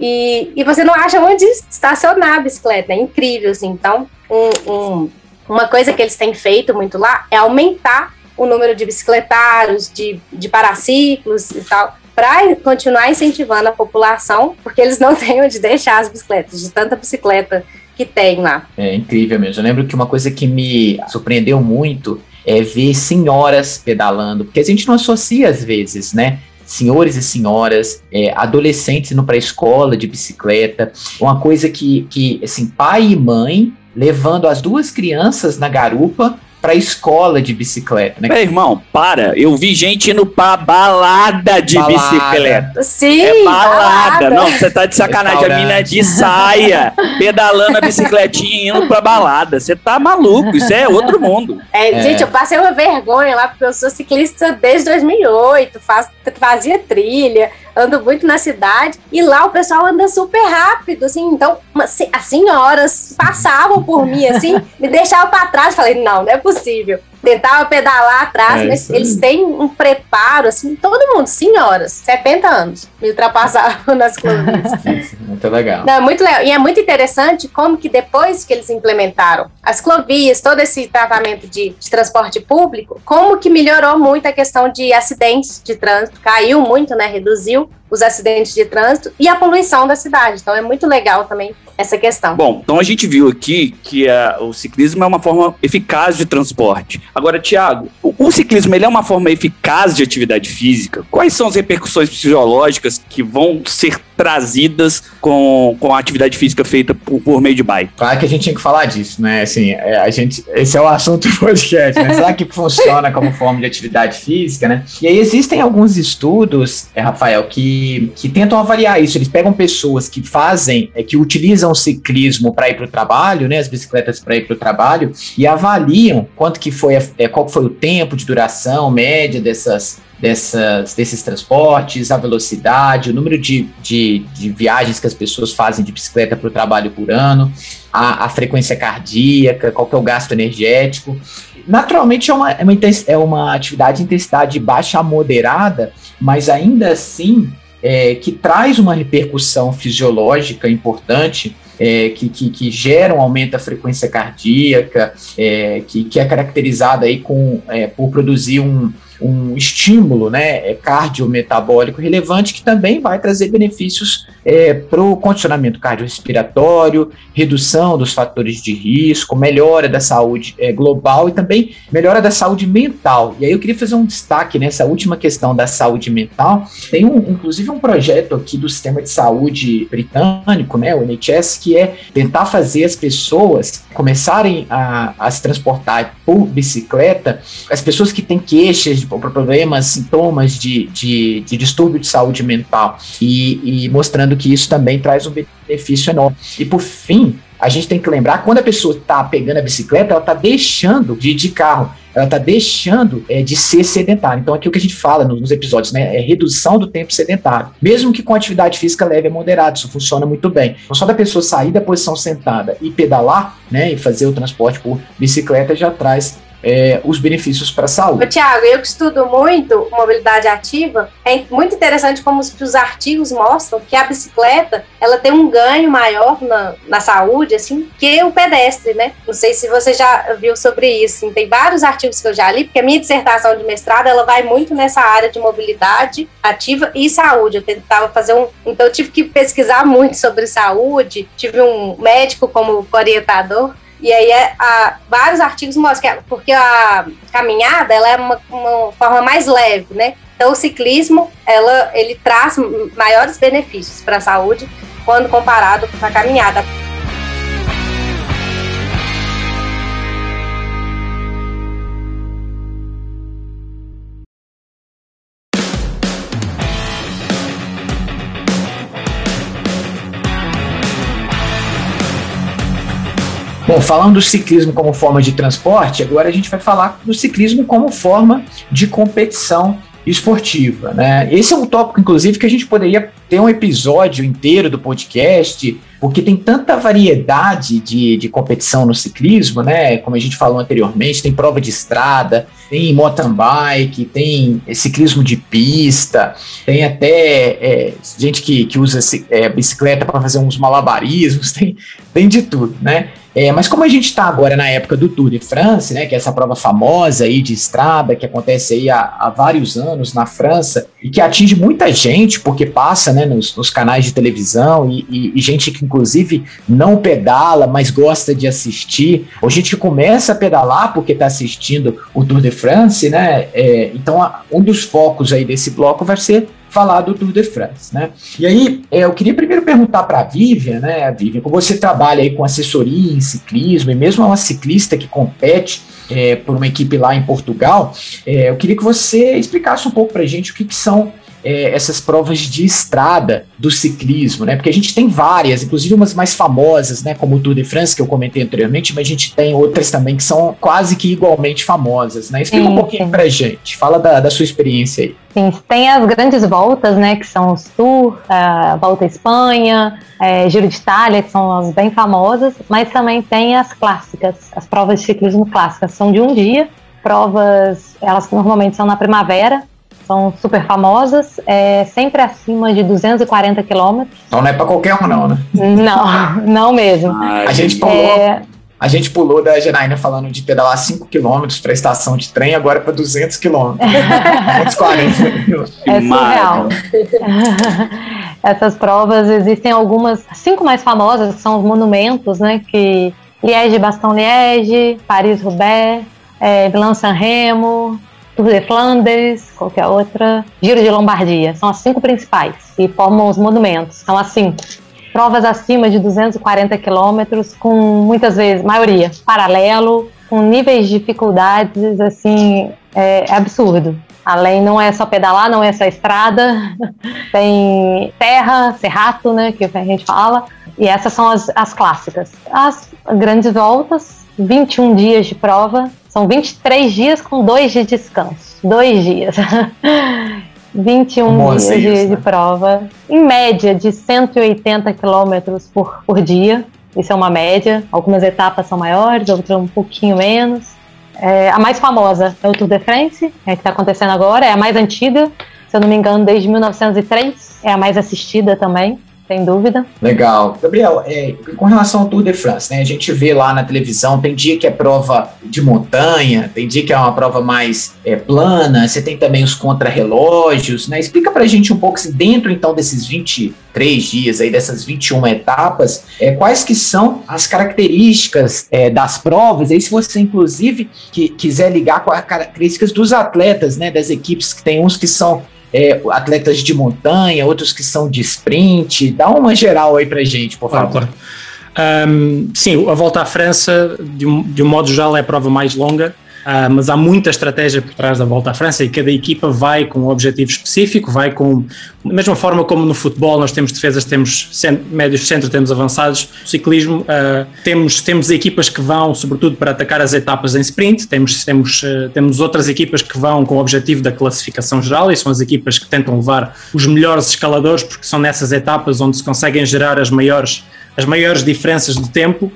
e, e você não acha onde estacionar a bicicleta, é incrível, assim. Então, um, um, uma coisa que eles têm feito muito lá é aumentar o número de bicicletários, de, de paraciclos e tal, para continuar incentivando a população, porque eles não têm onde deixar as bicicletas, de tanta bicicleta que tem lá. É incrível mesmo. Eu lembro que uma coisa que me surpreendeu muito é ver senhoras pedalando, porque a gente não associa às vezes, né? Senhores e senhoras, é, adolescentes indo para a escola de bicicleta, uma coisa que, que, assim, pai e mãe levando as duas crianças na garupa pra escola de bicicleta, né? Meu irmão, para. Eu vi gente indo pra balada de balada. bicicleta. Sim, é balada. balada. Não, você tá de sacanagem. A mina de saia, pedalando a bicicletinha e indo pra balada. Você tá maluco. Isso é outro mundo. É, é. Gente, eu passei uma vergonha lá, porque eu sou ciclista desde dois mil e oito, faz, fazia trilha, ando muito na cidade, e lá o pessoal anda super rápido, assim, então uma, as senhoras passavam por mim, assim, me deixavam pra trás, falei, não, não é possível. Tentava pedalar atrás, é mas eles têm um preparo, assim, todo mundo, senhoras, setenta anos, me ultrapassavam nas ciclovias. Muito legal. Não, muito legal. E é muito interessante como que depois que eles implementaram as ciclovias, todo esse tratamento de, de transporte público, como que melhorou muito a questão de acidentes de trânsito, caiu muito, né, reduziu os acidentes de trânsito e a poluição da cidade. Então é muito legal também essa questão. Bom, então a gente viu aqui que a, o ciclismo é uma forma eficaz de transporte. Agora, Thiago, o, o ciclismo ele é uma forma eficaz de atividade física? Quais são as repercussões fisiológicas que vão ser trazidas com, com a atividade física feita por, por meio de bike? Claro que a gente tinha que falar disso, né? Assim, é, a gente, esse é o assunto do podcast, né? Será que funciona como forma de atividade física, né? E aí existem alguns estudos, é, Rafael, que, que tentam avaliar isso. Eles pegam pessoas que fazem, é, que utilizam o ciclismo para ir para o trabalho, né? As bicicletas para ir para o trabalho, e avaliam quanto que foi, é, qual foi o tempo de duração média dessas Dessas, desses transportes, a velocidade, o número de, de, de viagens que as pessoas fazem de bicicleta para o trabalho por ano, a, a frequência cardíaca, qual que é o gasto energético. Naturalmente é uma, é uma, é uma atividade de intensidade baixa a moderada, mas ainda assim é, que traz uma repercussão fisiológica importante, É, que, que, que gera um aumento da frequência cardíaca, é, que, que é caracterizada aí com, é, por produzir um, um estímulo, né, cardiometabólico relevante, que também vai trazer benefícios é, para o condicionamento cardiorrespiratório, redução dos fatores de risco, melhora da saúde é, global e também melhora da saúde mental. E aí eu queria fazer um destaque nessa última questão da saúde mental. Tem um, inclusive um projeto aqui do sistema de saúde britânico, né, o N H S, que é tentar fazer as pessoas começarem a, a se transportar por bicicleta, as pessoas que têm queixas, problemas, sintomas de, de, de distúrbio de saúde mental, e, e mostrando que isso também traz um benefício enorme. E por fim, a gente tem que lembrar, quando a pessoa está pegando a bicicleta, ela está deixando de ir de carro, ela está deixando é, de ser sedentária. Então, aqui o que a gente fala nos, nos episódios, né, é redução do tempo sedentário. Mesmo que com atividade física leve e moderada, isso funciona muito bem. Então, só da pessoa sair da posição sentada e pedalar, né, e fazer o transporte por bicicleta já traz É, os benefícios para a saúde. Ô, Tiago, eu que estudo muito mobilidade ativa, é muito interessante como os, os artigos mostram que a bicicleta, ela tem um ganho maior na, na saúde, assim, que o pedestre, né? Não sei se você já viu sobre isso, assim, tem vários artigos que eu já li, porque a minha dissertação de mestrado, ela vai muito nessa área de mobilidade ativa e saúde. Eu tentava fazer um... Então, eu tive que pesquisar muito sobre saúde, tive um médico como orientador. E aí, é, a, vários artigos mostram que a, porque a caminhada ela é uma, uma forma mais leve, né? Então, o ciclismo ela, ele traz maiores benefícios para a saúde quando comparado com a caminhada. Bom, falando do ciclismo como forma de transporte, agora a gente vai falar do ciclismo como forma de competição esportiva, né? Esse é um tópico, inclusive, que a gente poderia ter um episódio inteiro do podcast, porque tem tanta variedade de, de competição no ciclismo, né? Como a gente falou anteriormente, tem prova de estrada, tem mountain bike, tem ciclismo de pista, tem até é, gente que, que usa é, bicicleta para fazer uns malabarismos, tem, tem de tudo, né? É, mas como a gente está agora na época do Tour de France, né, que é essa prova famosa aí de estrada que acontece aí há, há vários anos na França e que atinge muita gente porque passa, né, nos, nos canais de televisão e, e, e gente que inclusive não pedala, mas gosta de assistir, ou gente que começa a pedalar porque está assistindo o Tour de France, né? É, então a, um dos focos aí desse bloco vai ser falar do Tour de France, né? E aí, é, eu queria primeiro perguntar para a Vivian, né, Vivian, como você trabalha aí com assessoria em ciclismo, e mesmo é uma ciclista que compete é, por uma equipe lá em Portugal, é, eu queria que você explicasse um pouco para a gente o que, que são é, essas provas de estrada do ciclismo, né? Porque a gente tem várias, inclusive umas mais famosas, né, como o Tour de France, que eu comentei anteriormente, mas a gente tem outras também que são quase que igualmente famosas, né? Explica sim, um pouquinho sim. pra gente, fala da, da sua experiência aí. Sim, tem as grandes voltas, né, que são os Tour, a Volta à Espanha, é, Giro de Itália, que são as bem famosas, mas também tem as clássicas, as provas de ciclismo clássicas, são de um dia, provas, elas normalmente são na primavera, são super famosas, é, sempre acima de duzentos e quarenta quilômetros. Então não é para qualquer um não, né? Não, não mesmo. Ah, a gente pulou, é... a gente pulou da Janaína falando de pedalar cinco quilômetros para a estação de trem, agora para duzentos quilômetros. duzentos e quarenta. É surreal. Essas provas, existem algumas, cinco mais famosas, que são os monumentos, né? Que Liège-Bastogne-Liège, Paris-Roubaix, é, Milan-San Remo, Tour de Flandres, qualquer outra, Giro de Lombardia, são as cinco principais e formam os monumentos, são as cinco. Provas acima de duzentos e quarenta quilômetros, com muitas vezes, maioria, paralelo, com níveis de dificuldades, assim, é, é absurdo. Além, não é só pedalar, não é só estrada, tem terra, serrato, né, que a gente fala, e essas são as, as clássicas. As grandes voltas, vinte e um dias de prova, são vinte e três dias com dois de descanso. Dois dias. vinte e um Como dias assim, de, né? de prova. Em média, de cento e oitenta quilômetros por, por dia. Isso é uma média. Algumas etapas são maiores, outras um pouquinho menos. É, a mais famosa é o Tour de France, é, que está acontecendo agora. É a mais antiga, se eu não me engano, desde mil novecentos e três. É a mais assistida também. Sem dúvida. Legal. Gabriel, é, com relação ao Tour de France, né, a gente vê lá na televisão, tem dia que é prova de montanha, tem dia que é uma prova mais é, plana, você tem também os contrarrelógios, né? Explica pra gente um pouco, assim, dentro então desses vinte e três dias, aí, dessas vinte e uma etapas, é, quais que são as características é, das provas, aí se você inclusive que, quiser ligar com as características dos atletas, né, das equipes, que tem uns que são É, atletas de montanha, outros que são de sprint, dá uma geral aí pra gente, por favor. Claro, claro. Um, sim, a Volta à França, de um, de um modo geral, é a prova mais longa, uh, mas há muita estratégia por trás da Volta à França e cada equipa vai com um objetivo específico, vai com, da mesma forma como no futebol nós temos defesas, temos centro, médios de centro, temos avançados, no ciclismo uh, temos, temos equipas que vão sobretudo para atacar as etapas em sprint, temos, temos, uh, temos outras equipas que vão com o objetivo da classificação geral e são as equipas que tentam levar os melhores escaladores porque são nessas etapas onde se conseguem gerar as maiores, as maiores diferenças de tempo.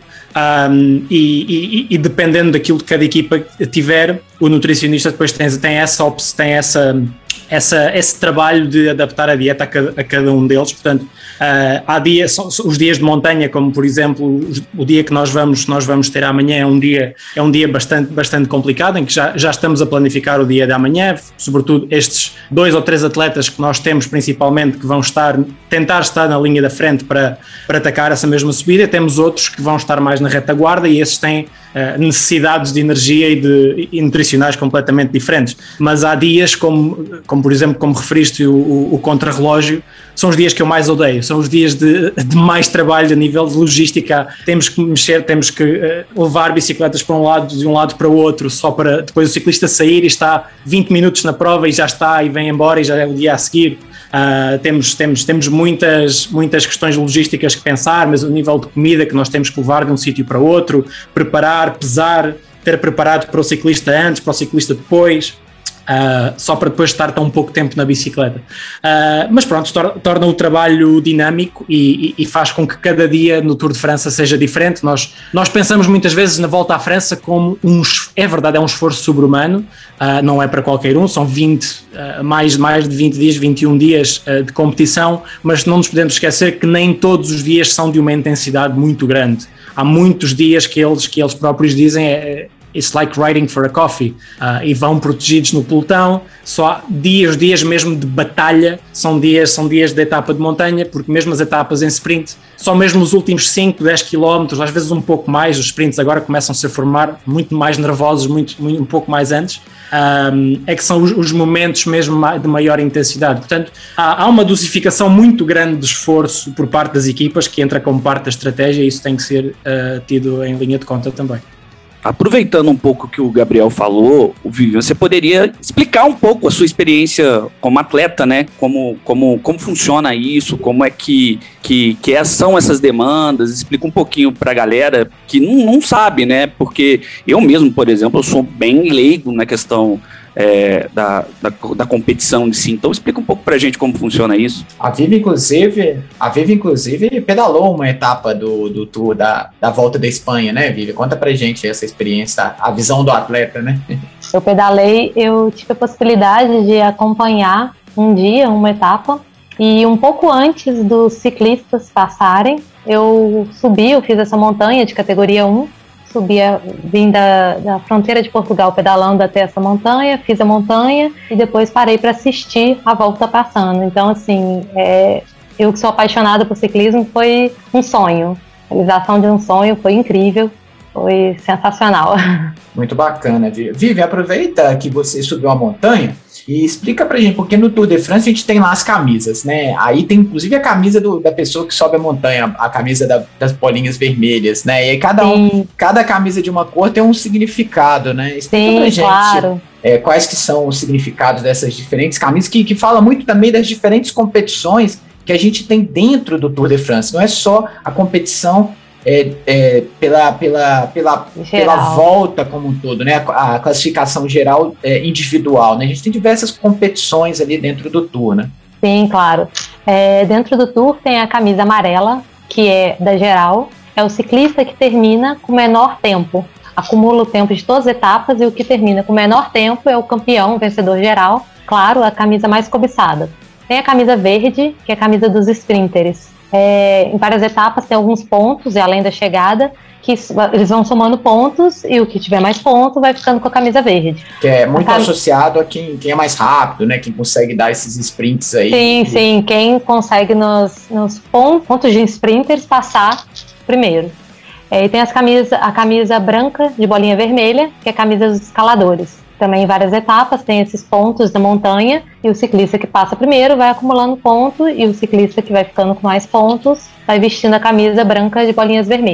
Um, e, e, e dependendo daquilo que cada equipa tiver, o nutricionista depois tem, tem, essa, tem essa, essa, esse trabalho de adaptar a dieta a cada, a cada um deles. Portanto, uh, há dias, os dias de montanha, como por exemplo o dia que nós vamos, nós vamos ter amanhã, é um dia, é um dia bastante, bastante complicado, em que já, já estamos a planificar o dia de amanhã, sobretudo estes dois ou três atletas que nós temos principalmente que vão estar, tentar estar na linha da frente para, para atacar essa mesma subida. Temos outros que vão estar mais na retaguarda e esses têm uh, necessidades de energia e, de, e nutricionais completamente diferentes, mas há dias como, como por exemplo, como referiste o, o, o contrarrelógio, são os dias que eu mais odeio, são os dias de, de mais trabalho a nível de logística, temos que mexer, temos que uh, levar bicicletas para um lado, de um lado para o outro, só para depois o ciclista sair e está vinte minutos na prova e já está e vem embora e já é o dia a seguir. Uh, temos, temos, temos muitas, muitas questões logísticas que pensar, mas o nível de comida que nós temos que levar de um sítio para outro, preparar, pesar, ter preparado para o ciclista antes, para o ciclista depois, uh, só para depois estar tão pouco tempo na bicicleta. Uh, mas pronto, tor- torna o trabalho dinâmico e, e, e faz com que cada dia no Tour de França seja diferente. Nós, nós pensamos muitas vezes na Volta à França como um, é verdade, é um esforço sobre-humano. Uh, não é para qualquer um, são vinte, uh, mais, mais de vinte dias, vinte e um dias uh, de competição, mas não nos podemos esquecer que nem todos os dias são de uma intensidade muito grande. Há muitos dias que eles, que eles próprios dizem é, it's like riding for a coffee, uh, e vão protegidos no pelotão. Só há dias, dias mesmo de batalha, são dias, são dias de etapa de montanha, porque mesmo as etapas em sprint, só mesmo os últimos cinco, dez quilómetros, às vezes um pouco mais, os sprints agora começam-se a formar muito mais nervosos, muito, muito, um pouco mais antes, um, é que são os, os momentos mesmo de maior intensidade. Portanto, há, há uma dosificação muito grande de esforço por parte das equipas, que entra como parte da estratégia, e isso tem que ser uh, tido em linha de conta também. Aproveitando um pouco o que o Gabriel falou, o Vivian, você poderia explicar um pouco a sua experiência como atleta, né? Como, como, como funciona isso, como é que, que, que são essas demandas, explica um pouquinho para a galera que não, não sabe, né? Porque eu mesmo, por exemplo, eu sou bem leigo na questão é, da, da, da competição de si, então explica um pouco pra gente como funciona isso. A Vivi, inclusive, a Vivi, inclusive pedalou uma etapa do, do Tour da, da Volta da Espanha, né, Vivi? Conta pra gente essa experiência, a visão do atleta, né? Eu pedalei, eu tive a possibilidade de acompanhar um dia, uma etapa, e um pouco antes dos ciclistas passarem, eu subi, eu fiz essa montanha de categoria um, subia, vim da, da fronteira de Portugal pedalando até essa montanha, fiz a montanha e depois parei para assistir a volta passando. Então, assim, é, eu que sou apaixonada por ciclismo, foi um sonho. A realização de um sonho foi incrível, foi sensacional. Muito bacana, Vivi. Vivi, aproveita que você subiu a montanha e explica pra gente, porque no Tour de France a gente tem lá as camisas, né? Aí tem inclusive a camisa do, da pessoa que sobe a montanha, a camisa da, das bolinhas vermelhas, né? E aí cada, um, cada camisa de uma cor tem um significado, né? Explica Sim, pra gente claro. é, quais que são os significados dessas diferentes camisas, que, que fala muito também das diferentes competições que a gente tem dentro do Tour de France. Não é só a competição É, é, pela, pela, pela, pela volta como um todo, né? A, a classificação geral é, individual, né? A gente tem diversas competições ali dentro do Tour, né? Sim, claro. É, dentro do Tour tem a camisa amarela, que é da geral, é o ciclista que termina com menor tempo, acumula o tempo de todas as etapas, e o que termina com menor tempo é o campeão, o vencedor geral, claro, a camisa mais cobiçada. Tem a camisa verde, que é a camisa dos sprinters. É, em várias etapas tem alguns pontos, e além da chegada, que eles vão somando pontos, e o que tiver mais pontos vai ficando com a camisa verde. Que é muito cam... associado a quem, quem é mais rápido, né? Quem consegue dar esses sprints aí. Sim, sim, quem consegue nos, nos pontos de sprinters passar primeiro. É, e tem as camisas, a camisa branca de bolinha vermelha, que é a camisa dos escaladores. Também em várias etapas tem esses pontos da montanha, e o ciclista que passa primeiro vai acumulando ponto, e o ciclista que vai ficando com mais pontos vai vestindo a camisa branca de bolinhas vermelhas.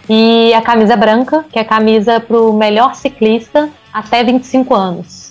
e a camisa branca, que é a camisa para o melhor ciclista até vinte e cinco anos.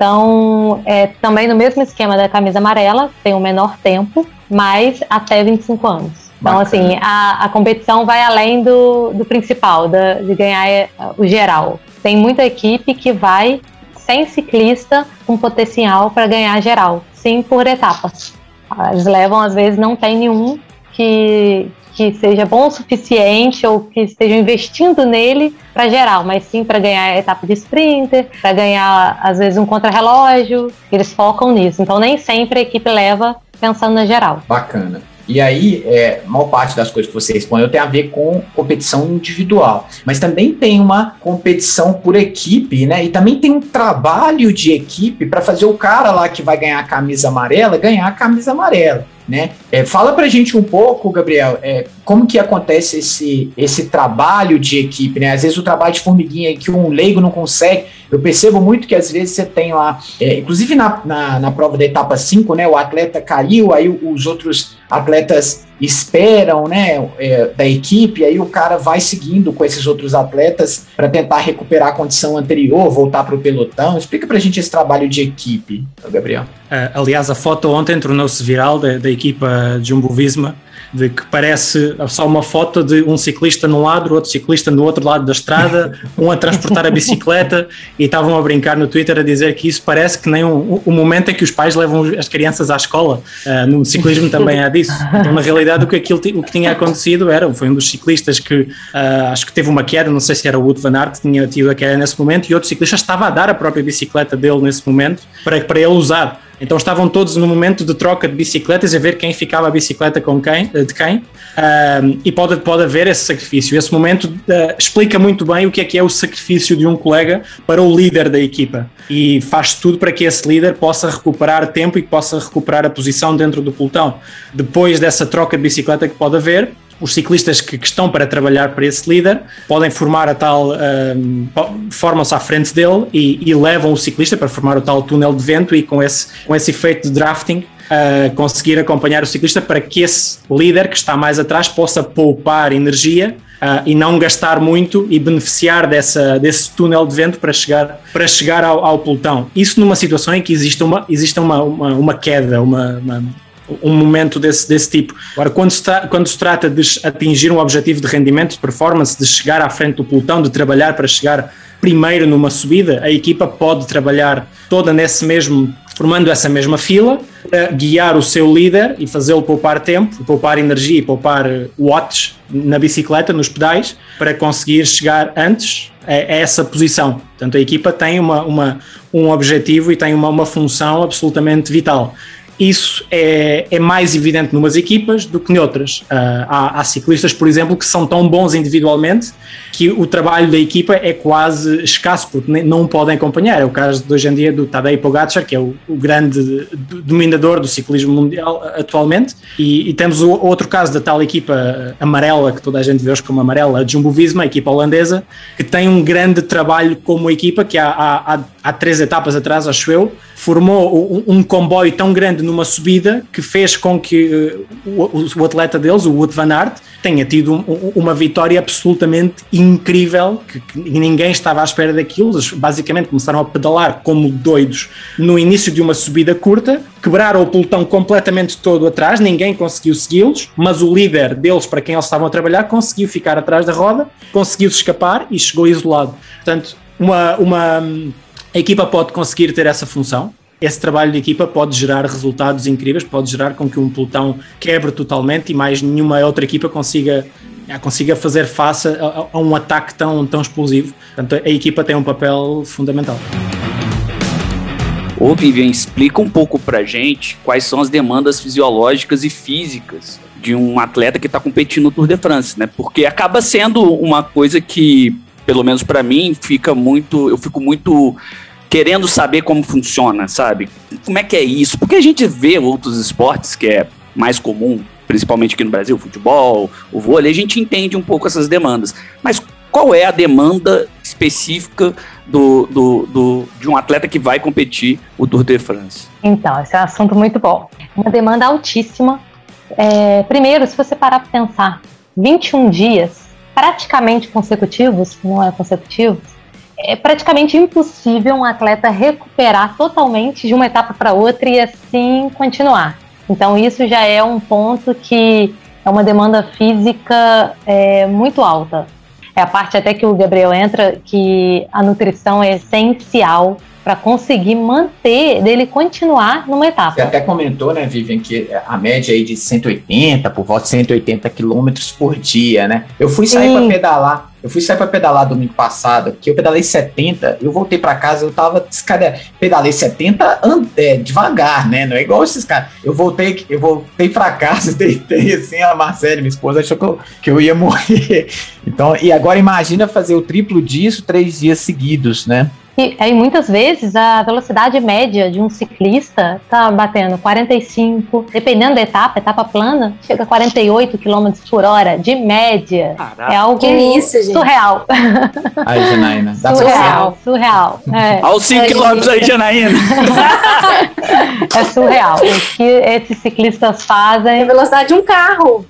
Então, é também no mesmo esquema da camisa amarela, tem o menor tempo, mas até vinte e cinco anos. Então, bacana. Assim, a, a competição vai além do, do principal, da, de ganhar o geral. Tem muita equipe que vai sem ciclista com potencial para ganhar geral, sim, por etapas. Eles levam, às vezes, não tem nenhum que, que seja bom o suficiente ou que estejam investindo nele para geral, mas sim para ganhar a etapa de sprinter, para ganhar, às vezes, um contrarrelógio. Eles focam nisso. Então, nem sempre a equipe leva pensando na geral. Bacana. E aí, é, a maior parte das coisas que você respondeu tem a ver com competição individual, mas também tem uma competição por equipe, né? E também tem um trabalho de equipe para fazer o cara lá que vai ganhar a camisa amarela ganhar a camisa amarela, né? É, fala pra gente um pouco, Gabriel, é, como que acontece esse, esse trabalho de equipe, né? Às vezes o trabalho de formiguinha que um leigo não consegue. Eu percebo muito que às vezes você tem lá, é, inclusive na, na, na prova da etapa cinco, né? O atleta caiu, aí os outros atletas esperam, né, é, da equipe, aí o cara vai seguindo com esses outros atletas para tentar recuperar a condição anterior, voltar para o pelotão. Explica pra gente esse trabalho de equipe, Gabriel. Uh, aliás, a foto ontem tornou-se viral da, da equipa Jumbo-Visma, de que parece só uma foto de um ciclista num lado, outro ciclista no outro lado da estrada, um a transportar a bicicleta, e estavam a brincar no Twitter a dizer que isso parece que nem um, um momento em que os pais levam as crianças à escola. Uh, no ciclismo também há disso. Então, na realidade, o que, aquilo, o que tinha acontecido era, foi um dos ciclistas que uh, acho que teve uma queda, não sei se era o Wout van Aert, tinha tido a queda nesse momento, e outro ciclista estava a dar a própria bicicleta dele nesse momento para, para ele usar. Então estavam todos no momento de troca de bicicletas a ver quem ficava a bicicleta com quem, de quem, um, e pode, pode haver esse sacrifício. Esse momento uh, explica muito bem o que é que é o sacrifício de um colega para o líder da equipa, e faz tudo para que esse líder possa recuperar tempo e possa recuperar a posição dentro do pelotão. Depois dessa troca de bicicleta que pode haver, os ciclistas que, que estão para trabalhar para esse líder podem formar a tal, um, formam-se à frente dele e, e levam o ciclista para formar o tal túnel de vento, e com esse, com esse efeito de drafting uh, conseguir acompanhar o ciclista para que esse líder que está mais atrás possa poupar energia uh, e não gastar muito e beneficiar dessa, desse túnel de vento para chegar, para chegar ao, ao pelotão. Isso numa situação em que existe uma, existe uma, uma, uma queda, uma, uma um momento desse, desse tipo. Agora, quando se, tra- quando se trata de atingir um objetivo de rendimento, de performance, de chegar à frente do pelotão, de trabalhar para chegar primeiro numa subida, a equipa pode trabalhar toda nesse mesmo, formando essa mesma fila, para guiar o seu líder e fazê-lo poupar tempo, poupar energia e poupar watts na bicicleta, nos pedais, para conseguir chegar antes a, a essa posição. Portanto, a equipa tem uma, uma, um objetivo e tem uma, uma função absolutamente vital. Isso é, é mais evidente numas equipas do que noutras. Uh, há, há ciclistas, por exemplo, que são tão bons individualmente que o trabalho da equipa é quase escasso, porque nem, não podem acompanhar. É o caso de hoje em dia do Tadej Pogacar, que é o, o grande dominador do ciclismo mundial atualmente, e, e temos o outro caso da tal equipa amarela, que toda a gente vê hoje como amarela, a Jumbo-Visma, a equipa holandesa, que tem um grande trabalho como equipa, que há, há, há três etapas atrás, acho eu, formou um, um comboio tão grande numa subida que fez com que uh, o, o atleta deles, o Wout van Aert, tenha tido um, uma vitória absolutamente incrível, que, que ninguém estava à espera daquilo. Eles basicamente começaram a pedalar como doidos no início de uma subida curta, quebraram o pelotão completamente todo atrás, ninguém conseguiu segui-los, mas o líder deles, para quem eles estavam a trabalhar, conseguiu ficar atrás da roda, conseguiu escapar e chegou isolado. Portanto, uma... uma a equipa pode conseguir ter essa função. Esse trabalho de equipa pode gerar resultados incríveis, pode gerar com que um pelotão quebre totalmente e mais nenhuma outra equipa consiga, consiga fazer face a, a um ataque tão, tão explosivo. Portanto, a equipa tem um papel fundamental. Ô Vivian, explica um pouco pra gente quais são as demandas fisiológicas e físicas de um atleta que está competindo no Tour de France, né? Porque acaba sendo uma coisa que, pelo menos para mim, fica muito, eu fico muito querendo saber como funciona, sabe? Como é que é isso? Porque a gente vê outros esportes que é mais comum, principalmente aqui no Brasil, o futebol, o vôlei, a gente entende um pouco essas demandas. Mas qual é a demanda específica do, do, do, de um atleta que vai competir o Tour de France? Então, esse é um assunto muito bom. Uma demanda altíssima. É, primeiro, se você parar para pensar, vinte e um dias praticamente consecutivos, não é consecutivos, é praticamente impossível um atleta recuperar totalmente de uma etapa para outra e assim continuar. Então isso já é um ponto que é uma demanda física é, muito alta. É a parte até que o Gabriel entra, que a nutrição é essencial para conseguir manter, dele continuar numa etapa. Você até comentou, né, Vivian, que a média aí de cento e oitenta, por volta de cento e oitenta quilômetros por dia, né? Eu fui sair para pedalar, eu fui sair para pedalar domingo passado, que eu pedalei setenta, eu voltei para casa, eu tava, cara, pedalei setenta é, devagar, né? Não é igual esses caras. Eu voltei, eu voltei para casa, deitei assim, a Marcela, minha esposa, achou que eu, que eu ia morrer. Então, e agora imagina fazer o triplo disso três dias seguidos, né? E aí, muitas vezes, a velocidade média de um ciclista tá batendo quarenta e cinco, dependendo da etapa, etapa plana, chega a quarenta e oito quilômetros por hora, de média. Caraca. É algo Que isso, gente? surreal. Aí, Janaína, dá surreal, surreal. É. Olha os cinco quilômetros aí, Janaína. É surreal. O que esses ciclistas É fazem... a velocidade de um carro.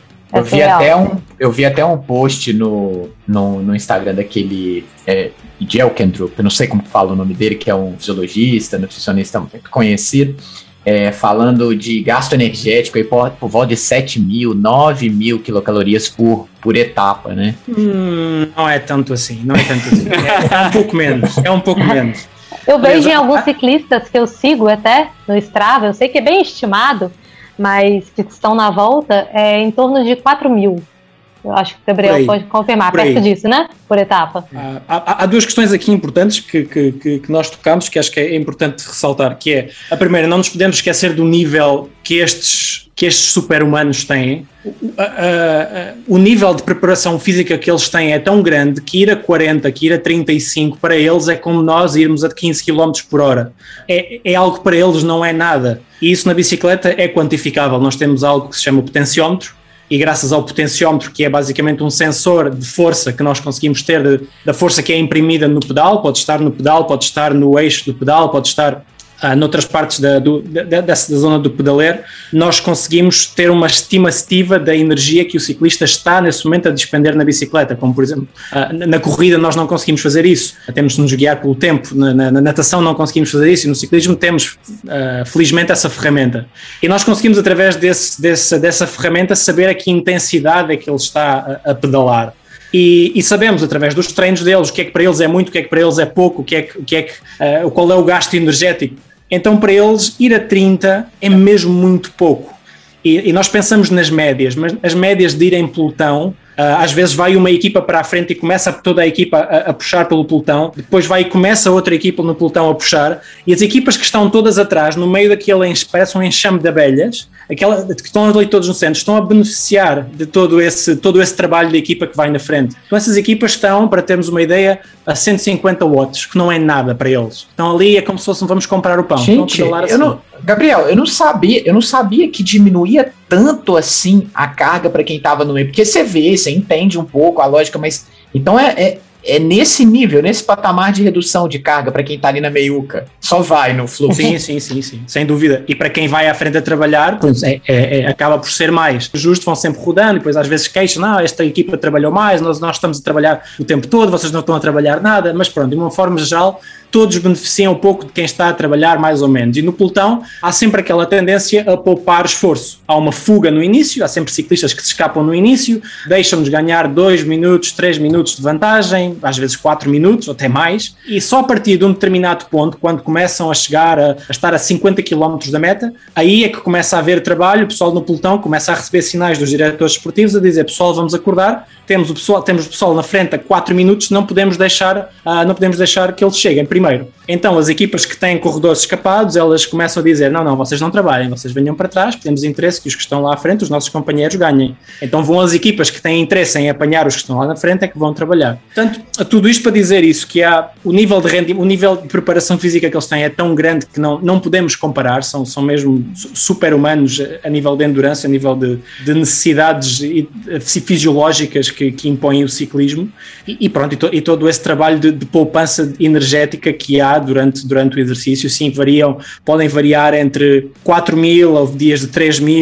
É Eu vi, até um, eu vi até um post no, no, no Instagram daquele é, Jelkendrup, eu não sei como fala o nome dele, que é um fisiologista, nutricionista muito conhecido, é, falando de gasto energético aí por, por volta de sete mil, nove mil quilocalorias por, por etapa, né? Hum, não é tanto assim, não é tanto assim. É, é um pouco menos, é um pouco menos. Eu vejo Beleza. em alguns ciclistas que eu sigo até no Strava, eu sei que é bem estimado, mas que estão na volta, é em torno de quatro mil. Eu acho que o Gabriel pode confirmar, perto disso, né? Por etapa. Ah, há, há duas questões aqui importantes que, que, que, que nós tocamos, que acho que é importante ressaltar, que é, a primeira, não nos podemos esquecer do nível que estes, que estes super-humanos têm. O, a, a, o nível de preparação física que eles têm é tão grande que ir a quarenta, que ir a trinta e cinco, para eles é como nós irmos a quinze quilômetros por hora. É, é algo que para eles não é nada. E isso na bicicleta é quantificável. Nós temos algo que se chama potenciómetro, e graças ao potenciómetro, que é basicamente um sensor de força que nós conseguimos ter, de, da força que é imprimida no pedal, pode estar no pedal, pode estar no eixo do pedal, pode estar ah, noutras partes da, do, da, dessa da zona do pedaleiro, nós conseguimos ter uma estimativa da energia que o ciclista está nesse momento a despender na bicicleta, como por exemplo, ah, na corrida nós não conseguimos fazer isso, temos de nos guiar pelo tempo, na, na, na natação não conseguimos fazer isso, e no ciclismo temos ah, felizmente essa ferramenta, e nós conseguimos através desse, desse, dessa ferramenta saber a que intensidade é que ele está a, a pedalar. E, e sabemos através dos treinos deles o que é que para eles é muito, o que é que para eles é pouco, o que é que, o que é que, uh, qual é o gasto energético. Então para eles ir a trinta é mesmo muito pouco. E, e nós pensamos nas médias, mas as médias de ir em pelotão, uh, às vezes vai uma equipa para a frente e começa toda a equipa a, a puxar pelo pelotão, depois vai e começa outra equipa no pelotão a puxar, e as equipas que estão todas atrás, no meio daquele, parece um enxame de abelhas, aquela, que estão ali todos no centro, estão a beneficiar de todo esse, todo esse trabalho da equipa que vai na frente. Então essas equipas estão, para termos uma ideia, a cento e cinquenta watts, que não é nada para eles. Então ali é como se fosse vamos comprar o pão. Gente, eu assim. não, Gabriel, eu não sabia, eu não sabia que diminuía tanto assim a carga para quem estava no meio, porque você vê, você entende um pouco a lógica, mas então é, é, é nesse nível, nesse patamar de redução de carga para quem está ali na meiuca, só vai no fluxo. Sim, sim, sim, sim, sem dúvida. E para quem vai à frente a trabalhar, é, é, é, acaba por ser mais justo, vão sempre rodando, e depois às vezes queixam, não, esta equipa trabalhou mais, nós, nós estamos a trabalhar o tempo todo, vocês não estão a trabalhar nada, mas pronto, de uma forma geral, todos beneficiam um pouco de quem está a trabalhar mais ou menos. E no pelotão há sempre aquela tendência a poupar esforço. Há uma fuga no início, há sempre ciclistas que se escapam no início, deixam-nos ganhar dois minutos, três minutos de vantagem, às vezes quatro minutos, ou até mais, e só a partir de um determinado ponto, quando começam a chegar a, a estar a cinquenta quilómetros da meta, aí é que começa a haver trabalho, o pessoal no pelotão começa a receber sinais dos diretores esportivos a dizer, pessoal, vamos acordar, temos o pessoal, temos o pessoal na frente a quatro minutos, não podemos deixar, uh, não podemos deixar que eles cheguem primeiro. Então as equipas que têm corredores escapados, elas começam a dizer, não, não, vocês não trabalhem, vocês venham para trás, temos interesse que os que estão lá à frente, os nossos companheiros ganhem. Então vão as equipas que têm interesse em apanhar os que estão lá na frente é que vão trabalhar. Portanto, tudo isto para dizer isso, que há o nível de rendimento, o nível de preparação física que eles têm é tão grande que não, não podemos comparar, são, são mesmo super-humanos a nível de endurance, a nível de, de necessidades fisiológicas que, que impõem o ciclismo, e, e pronto, e, to, e todo esse trabalho de, de poupança energética que há durante, durante o exercício, sim, variam, podem variar entre quatro mil, houve dias de três mil,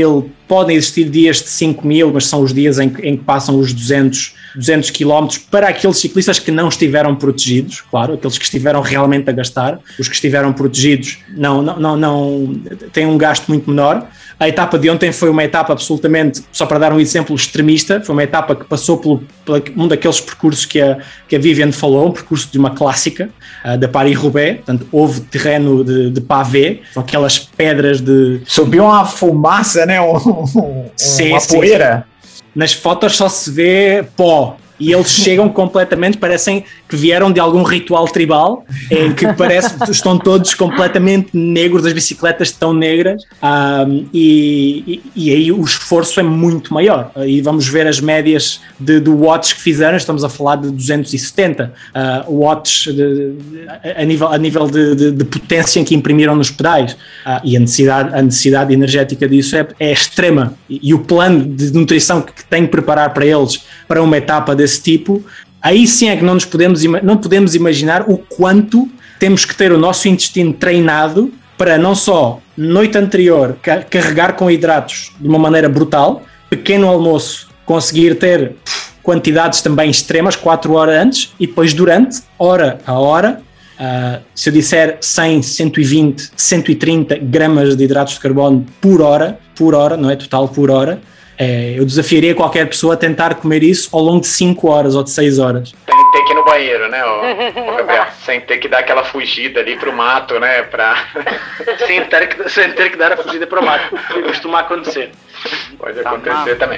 podem existir dias de cinco mil, mas são os dias em que, em que passam os duzentos quilómetros para aqueles ciclistas que não estiveram protegidos, claro, aqueles que estiveram realmente a gastar. Os que estiveram protegidos não, não, não, não têm um gasto muito menor. A etapa de ontem foi uma etapa absolutamente, só para dar um exemplo extremista, foi uma etapa que passou pelo, pelo um daqueles percursos que a, que a Viviane falou, um percurso de uma clássica, uh, da Paris-Roubaix. Portanto, houve terreno de, de pavé, com aquelas pedras de... Subiu uma fumaça, né? Um, um, sim, uma sim, poeira. Nas fotos só se vê pó. E eles chegam completamente, parecem que vieram de algum ritual tribal, em que parece que estão todos completamente negros, as bicicletas estão negras, um, e, e, e aí o esforço é muito maior. E vamos ver as médias de, de watts que fizeram, estamos a falar de duzentos e setenta uh, watts de, de, a nível, a nível de, de, de potência que imprimiram nos pedais, uh, e a necessidade, a necessidade energética disso é, é extrema, e, e o plano de nutrição que, que tem que preparar para eles para uma etapa de desse tipo, aí sim é que não nos podemos, não podemos imaginar o quanto temos que ter o nosso intestino treinado para não só, noite anterior, carregar com hidratos de uma maneira brutal, pequeno almoço, conseguir ter quantidades também extremas, quatro horas antes, e depois durante, hora a hora, uh, se eu disser cem, cento e vinte, cento e trinta gramas de hidratos de carbono por hora, por hora, não é total, por hora. É, eu desafiaria qualquer pessoa a tentar comer isso ao longo de cinco horas ou de seis horas. Tem, tem que ir no banheiro, né, ô, ô Gabriel? Sem ter que dar aquela fugida ali pro mato, né, pra... sem, ter que, sem ter que dar a fugida pro mato, que costuma acontecer. Pode acontecer também.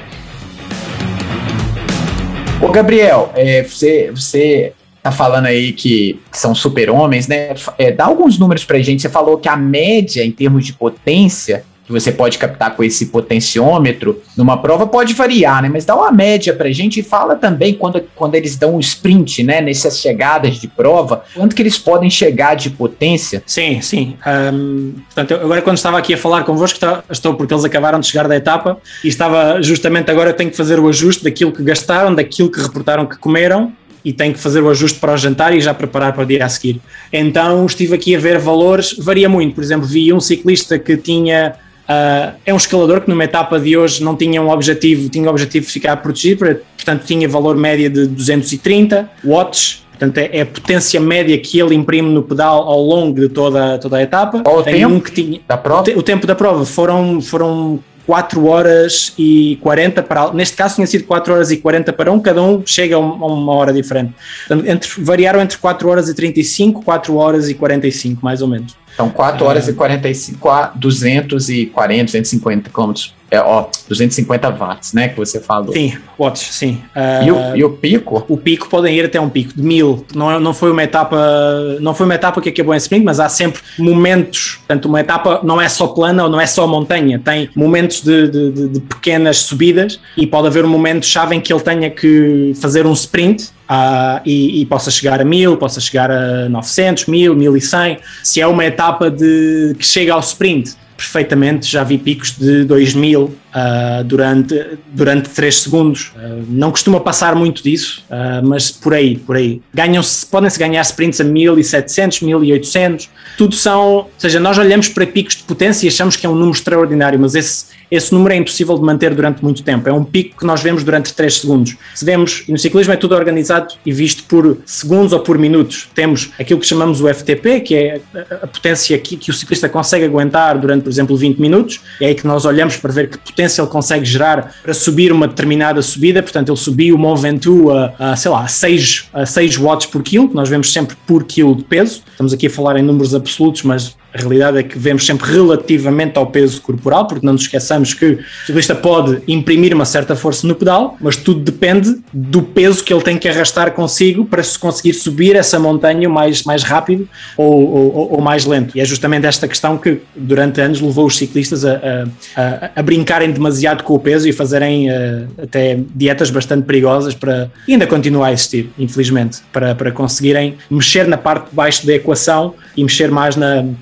Ô Gabriel, é, você, você tá falando aí que são super-homens, né? É, dá alguns números pra gente. Você falou que a média em termos de potência que você pode captar com esse potenciômetro numa prova pode variar, né? Mas dá uma média pra gente e fala também quando, quando eles dão um sprint, né? Nessas chegadas de prova, quanto que eles podem chegar de potência? Sim, sim. Um, portanto, eu, agora quando estava aqui a falar convosco, está, estou porque eles acabaram de chegar da etapa e estava justamente agora, eu tenho que fazer o ajuste daquilo que gastaram, daquilo que reportaram que comeram, e tenho que fazer o ajuste para o jantar e já preparar para o dia a seguir. Então estive aqui a ver valores, varia muito. Por exemplo, vi um ciclista que tinha... Uh, é um escalador que numa etapa de hoje não tinha um objetivo, tinha o objetivo de ficar protegido, portanto tinha valor médio de duzentos e trinta watts, portanto é, é a potência média que ele imprime no pedal ao longo de toda, toda a etapa. Qual o Tem tempo um que tinha, da prova? O, te, o tempo da prova foram, foram quatro horas e quarenta para, neste caso tinha sido quatro horas e quarenta para um, cada um chega a uma hora diferente. Portanto, entre, variaram entre quatro horas e trinta e cinco, quatro horas e quarenta e cinco, mais ou menos. Então, quatro horas e quarenta e cinco a duzentos e quarenta, duzentos e cinquenta quilômetros, é, ó, duzentos e cinquenta watts, né, que você falou. Sim, watts, sim. Uh, e, o, e o pico? O pico podem ir até um pico de mil. Não, não foi uma etapa, não foi uma etapa que acabou em sprint, mas há sempre momentos. Portanto, uma etapa não é só plana ou não é só montanha, tem momentos de, de, de, de pequenas subidas e pode haver um momento-chave em que ele tenha que fazer um sprint. Uh, e, e possa chegar a mil, possa chegar a novecentos, mil, mil e cem. Se é uma etapa de, que chega ao sprint, perfeitamente, já vi picos de dois mil uh, durante, durante três segundos. Uh, não costuma passar muito disso, uh, mas por aí, por aí. Ganham-se, podem-se ganhar sprints a mil e setecentos, mil e oitocentos. Tudo são, ou seja, nós olhamos para picos de potência e achamos que é um número extraordinário, mas esse, esse número é impossível de manter durante muito tempo. É um pico que nós vemos durante três segundos. Se vemos, e no ciclismo é tudo organizado e visto por segundos ou por minutos. Temos aquilo que chamamos o F T P, que é a, a potência que, que o ciclista consegue aguentar durante, por exemplo, vinte minutos. É aí que nós olhamos para ver que potência ele consegue gerar para subir uma determinada subida. Portanto, ele subiu o Mont Ventoux a, a, sei lá, a seis, a seis watts por quilo, que nós vemos sempre por quilo de peso. Estamos aqui a falar em números absolutos, mas a realidade é que vemos sempre relativamente ao peso corporal, porque não nos esqueçamos que o ciclista pode imprimir uma certa força no pedal, mas tudo depende do peso que ele tem que arrastar consigo para se conseguir subir essa montanha mais, mais rápido ou, ou, ou mais lento. E é justamente esta questão que durante anos levou os ciclistas a, a, a brincarem demasiado com o peso e fazerem uh, até dietas bastante perigosas para, e ainda continua a existir, infelizmente, para, para conseguirem mexer na parte de baixo da equação e mexer mais na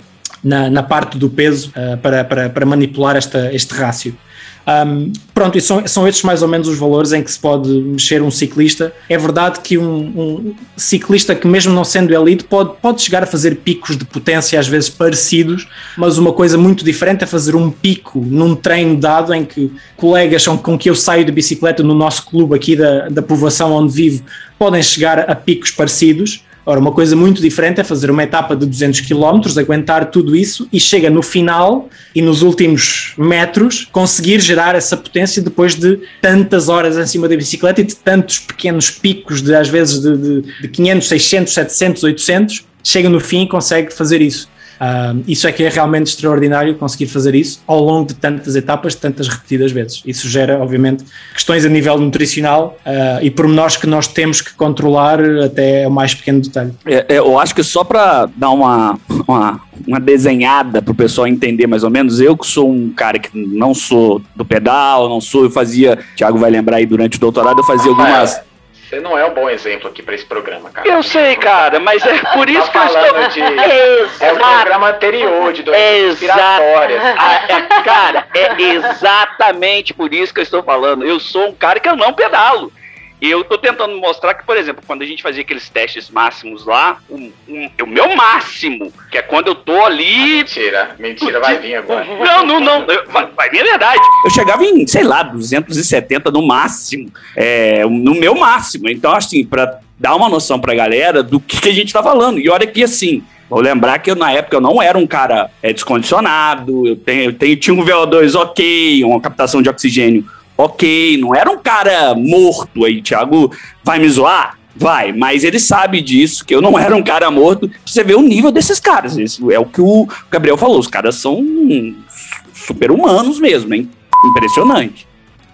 na, na parte do peso uh, para, para, para manipular esta, este rácio. Um, pronto, e são, são estes mais ou menos os valores em que se pode mexer um ciclista. É verdade que um, um ciclista que mesmo não sendo elite pode, pode chegar a fazer picos de potência às vezes parecidos, mas uma coisa muito diferente é fazer um pico num treino dado em que colegas com que eu saio de bicicleta no nosso clube aqui da, da povoação onde vivo podem chegar a picos parecidos. Ora, uma coisa muito diferente é fazer uma etapa de duzentos quilómetros, aguentar tudo isso e chega no final e nos últimos metros conseguir gerar essa potência depois de tantas horas em cima da bicicleta e de tantos pequenos picos, de às vezes de, de, de quinhentos, seiscentos, setecentos, oitocentos, chega no fim e consegue fazer isso. Uh, isso é que é realmente extraordinário, conseguir fazer isso ao longo de tantas etapas, de tantas repetidas vezes. Isso gera, obviamente, questões a nível nutricional uh, e pormenores que nós temos que controlar até o mais pequeno detalhe. É, eu acho que só para dar uma, uma, uma desenhada para o pessoal entender mais ou menos, eu que sou um cara que não sou do pedal, não sou, eu fazia, o Thiago vai lembrar aí, durante o doutorado eu fazia algumas... Você não é um bom exemplo aqui pra esse programa, cara. Eu sei, cara, mas é por isso que eu estou... De... É o programa anterior, de doenças respiratórias. Ah, é, cara, é exatamente por isso que eu estou falando. Eu sou um cara que eu não pedalo. E eu tô tentando mostrar que, por exemplo, quando a gente fazia aqueles testes máximos lá, um, um, o meu máximo, que é quando eu tô ali... Mentira, mentira, vai vir agora. Não, não, não, eu, vai, vai vir a verdade. Eu chegava em, sei lá, duzentos e setenta no máximo, é, no meu máximo. Então, assim, pra dar uma noção pra galera do que, que a gente tá falando. E olha que, assim, vou lembrar que eu, na época eu não era um cara é, descondicionado, eu, tenho, eu tenho, tinha um V O dois ok, uma captação de oxigênio ok, não era um cara morto aí, Thiago vai me zoar? Vai, mas ele sabe disso, que eu não era um cara morto. Você vê o nível desses caras, isso é o que o Gabriel falou, os caras são super-humanos mesmo, hein? Impressionante.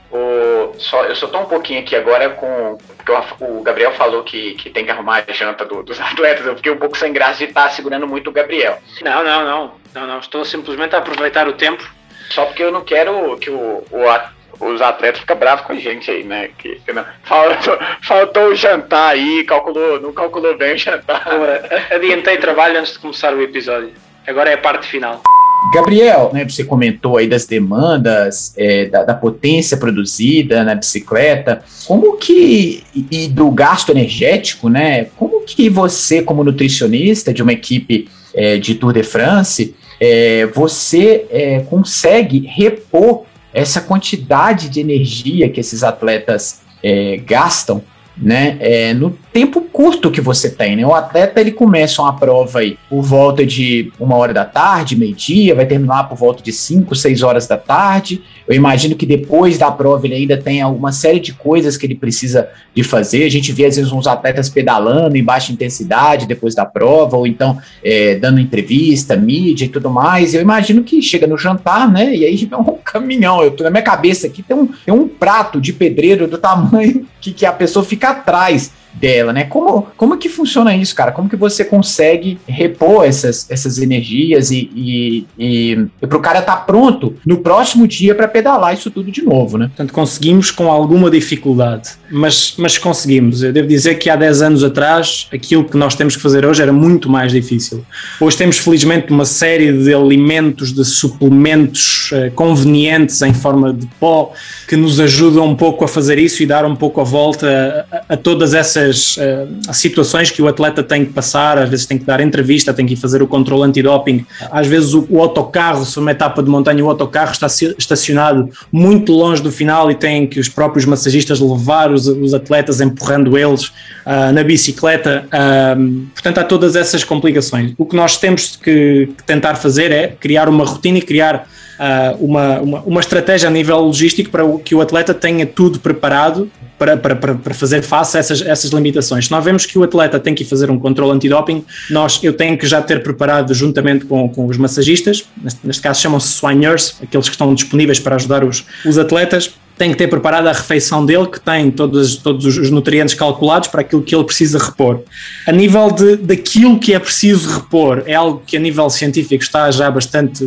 O, só, eu só tô um pouquinho aqui agora com... Porque o, o Gabriel falou que, que tem que arrumar a janta do, dos atletas, eu fiquei um pouco sem graça de estar segurando muito o Gabriel. Não, não, não, não, não, estou simplesmente a aproveitar o tempo. Só porque eu não quero que o... o os atletas ficam bravos com a gente aí, né? Que, que não, faltou, faltou o jantar aí, calculou, não calculou bem o jantar. Eu adiantei trabalho antes de começar o episódio. Agora é a parte final. Gabriel, né, você comentou aí das demandas, é, da, da potência produzida na bicicleta, como que, e do gasto energético, né? Como que você, como nutricionista de uma equipe é, de Tour de France, é, você é, consegue repor essa quantidade de energia que esses atletas é, gastam, né, é, no tempo curto que você tem, né? O atleta, ele começa uma prova aí por volta de uma hora da tarde, meio-dia, vai terminar por volta de cinco, seis horas da tarde. Eu imagino que depois da prova ele ainda tem uma série de coisas que ele precisa de fazer. A gente vê às vezes uns atletas pedalando em baixa intensidade depois da prova, ou então é, dando entrevista, mídia e tudo mais. Eu imagino que chega no jantar, né, e aí é um caminhão. Eu tô na minha cabeça aqui, tem um, tem um prato de pedreiro do tamanho que, que a pessoa fica atrás dela, né? Como, como que funciona isso, cara? Como que você consegue repor essas, essas energias e, e, e, e para o cara estar tá pronto no próximo dia para pedalar isso tudo de novo, né? Portanto, conseguimos com alguma dificuldade, mas, mas conseguimos. Eu devo dizer que há dez anos atrás, aquilo que nós temos que fazer hoje era muito mais difícil. Hoje temos, felizmente, uma série de alimentos, de suplementos uh, convenientes em forma de pó, que nos ajudam um pouco a fazer isso e dar um pouco a volta a, a todas essas uh, situações que o atleta tem que passar. Às vezes tem que dar entrevista, tem que ir fazer o controle antidoping, às vezes o, o autocarro, se for uma etapa de montanha, o autocarro está estacionado muito longe do final e tem que os próprios massagistas levar os, os atletas, empurrando eles uh, na bicicleta. Uh, portanto, há todas essas complicações. O que nós temos que, que tentar fazer é criar uma rotina e criar uh, uma, uma, uma estratégia a nível logístico para que o atleta tenha tudo preparado Para, para, para fazer face a essas, essas limitações. Se nós vemos que o atleta tem que fazer um controle antidoping, nós, eu tenho que já ter preparado juntamente com, com os massagistas, neste, neste caso chamam-se soigneurs, aqueles que estão disponíveis para ajudar os, os atletas, tem que ter preparada a refeição dele, que tem todos, todos os nutrientes calculados para aquilo que ele precisa repor. A nível de, daquilo que é preciso repor, é algo que a nível científico está já bastante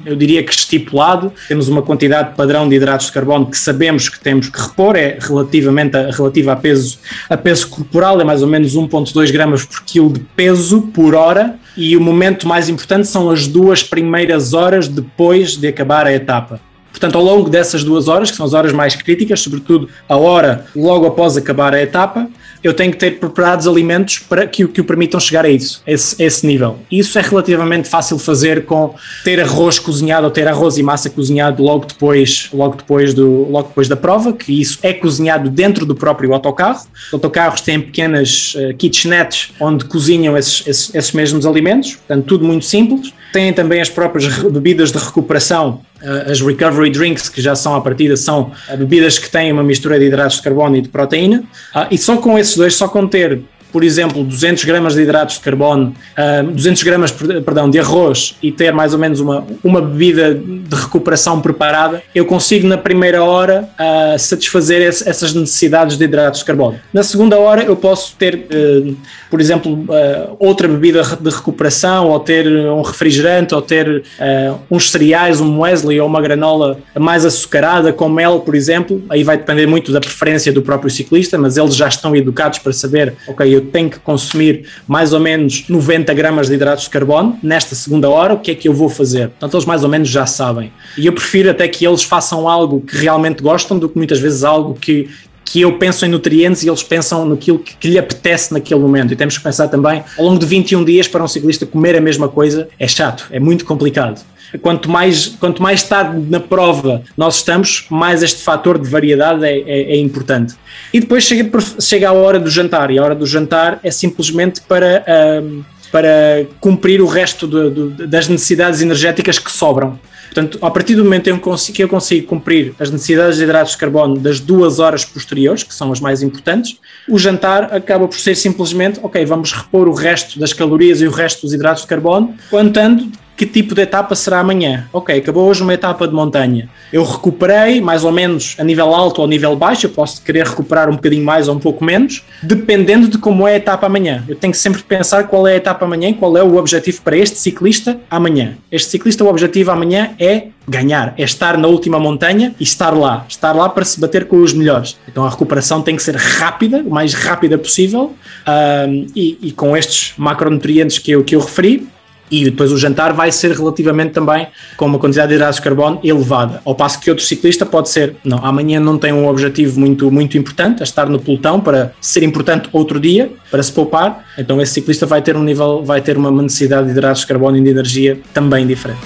eu diria que estipulado, temos uma quantidade padrão de hidratos de carbono que sabemos que temos que repor, é relativamente a, relativa a peso, a peso corporal, é mais ou menos um vírgula dois gramas por quilo de peso por hora, e o momento mais importante são as duas primeiras horas depois de acabar a etapa. Portanto, ao longo dessas duas horas, que são as horas mais críticas, sobretudo a hora logo após acabar a etapa, eu tenho que ter preparados alimentos para que, que o permitam chegar a isso, a esse, a esse nível. Isso é relativamente fácil fazer com ter arroz cozinhado ou ter arroz e massa cozinhado logo depois, logo depois, do, logo depois da prova, que isso é cozinhado dentro do próprio autocarro. Os autocarros têm pequenas uh, kitchenettes onde cozinham esses, esses, esses mesmos alimentos, portanto tudo muito simples. Têm também as próprias bebidas de recuperação, as recovery drinks, que já são à partida, são bebidas que têm uma mistura de hidratos de carbono e de proteína, e só com esses dois, só com ter, por exemplo, duzentos gramas de hidratos de carbono, duzentos gramas, perdão, de arroz e ter mais ou menos uma, uma bebida de recuperação preparada, eu consigo na primeira hora uh, satisfazer esse, essas necessidades de hidratos de carbono. Na segunda hora eu posso ter, uh, por exemplo, uh, outra bebida de recuperação, ou ter um refrigerante, ou ter uh, uns cereais, um muesli ou uma granola mais açucarada com mel, por exemplo. Aí vai depender muito da preferência do próprio ciclista, mas eles já estão educados para saber, ok, eu tenho que consumir mais ou menos noventa gramas de hidratos de carbono nesta segunda hora, o que é que eu vou fazer? Portanto, eles mais ou menos já sabem. E eu prefiro até que eles façam algo que realmente gostam do que muitas vezes algo que, que eu penso em nutrientes e eles pensam naquilo que, que lhe apetece naquele momento. E temos que pensar também, ao longo de vinte e um dias, para um ciclista comer a mesma coisa é chato, é muito complicado. Quanto mais, quanto mais tarde na prova nós estamos, mais este fator de variedade é, é, é importante. E depois chega, chega a hora do jantar, e a hora do jantar é simplesmente para, um, para cumprir o resto do, do, das necessidades energéticas que sobram. Portanto, a partir do momento em que eu consigo cumprir as necessidades de hidratos de carbono das duas horas posteriores, que são as mais importantes, o jantar acaba por ser simplesmente, ok, vamos repor o resto das calorias e o resto dos hidratos de carbono, contando que tipo de etapa será amanhã. Ok, acabou hoje uma etapa de montanha. Eu recuperei mais ou menos a nível alto ou nível baixo, eu posso querer recuperar um bocadinho mais ou um pouco menos, dependendo de como é a etapa amanhã. Eu tenho que sempre pensar qual é a etapa amanhã e qual é o objetivo para este ciclista amanhã. Este ciclista, o objetivo amanhã é ganhar, é estar na última montanha e estar lá, estar lá para se bater com os melhores. Então a recuperação tem que ser rápida, o mais rápida possível, um, e, e com estes macronutrientes que eu, que eu referi. E depois o jantar vai ser relativamente também com uma quantidade de hidratos de carbono elevada, ao passo que outro ciclista pode ser, não, amanhã não tem um objetivo muito, muito importante, a estar no pelotão para ser importante outro dia, para se poupar, então esse ciclista vai ter um nível, vai ter uma necessidade de hidratos de carbono e de energia também diferente.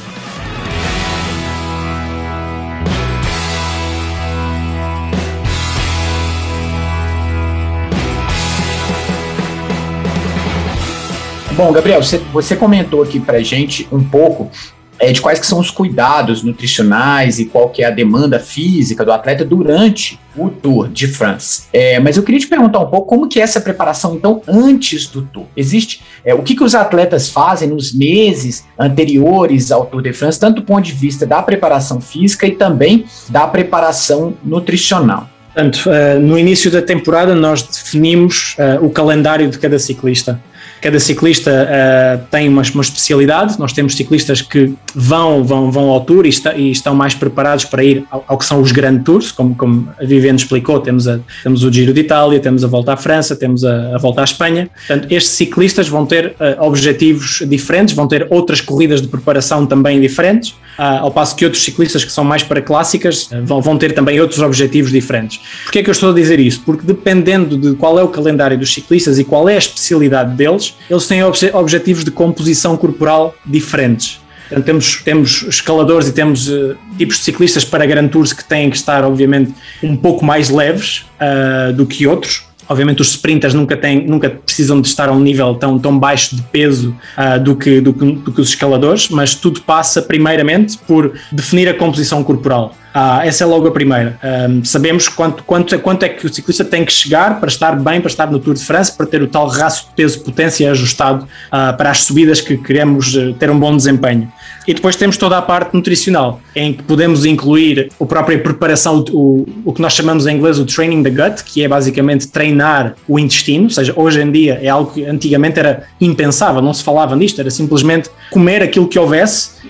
Bom, Gabriel, você, você comentou aqui pra gente um pouco é, de quais que são os cuidados nutricionais e qual que é a demanda física do atleta durante o Tour de France. É, mas eu queria te perguntar um pouco como que é essa preparação, então, antes do Tour. Existe, é, o que que os atletas fazem nos meses anteriores ao Tour de France, tanto do ponto de vista da preparação física e também da preparação nutricional? Portanto, uh, no início da temporada nós definimos uh, o calendário de cada ciclista. Cada ciclista uh, tem uma, uma especialidade. Nós temos ciclistas que vão, vão, vão ao Tour e, está, e estão mais preparados para ir ao, ao que são os grandes tours, como, como a Viviane explicou. Temos, a, temos o Giro de Itália, temos a Volta à França, temos a, a Volta à Espanha. Portanto, estes ciclistas vão ter uh, objetivos diferentes, vão ter outras corridas de preparação também diferentes, uh, ao passo que outros ciclistas que são mais para clássicas uh, vão, vão ter também outros objetivos diferentes. Porquê é que eu estou a dizer isso? Porque dependendo de qual é o calendário dos ciclistas e qual é a especialidade deles, eles têm obje- objetivos de composição corporal diferentes. Portanto, temos, temos escaladores e temos uh, tipos de ciclistas para Grand Tours que têm que estar, obviamente, um pouco mais leves uh, do que outros. Obviamente os sprinters nunca, têm, nunca precisam de estar a um nível tão, tão baixo de peso uh, do, que, do, que, do que os escaladores, mas tudo passa primeiramente por definir a composição corporal. Ah, essa é logo a primeira. Um, sabemos quanto, quanto, quanto é que o ciclista tem que chegar para estar bem, para estar no Tour de France, para ter o tal rácio de peso-potência ajustado uh, para as subidas que queremos uh, ter um bom desempenho. E depois temos toda a parte nutricional, em que podemos incluir a própria preparação, o, o que nós chamamos em inglês o training the gut, que é basicamente treinar o intestino, ou seja, hoje em dia é algo que antigamente era impensável, não se falava nisto, era simplesmente comer aquilo que houvesse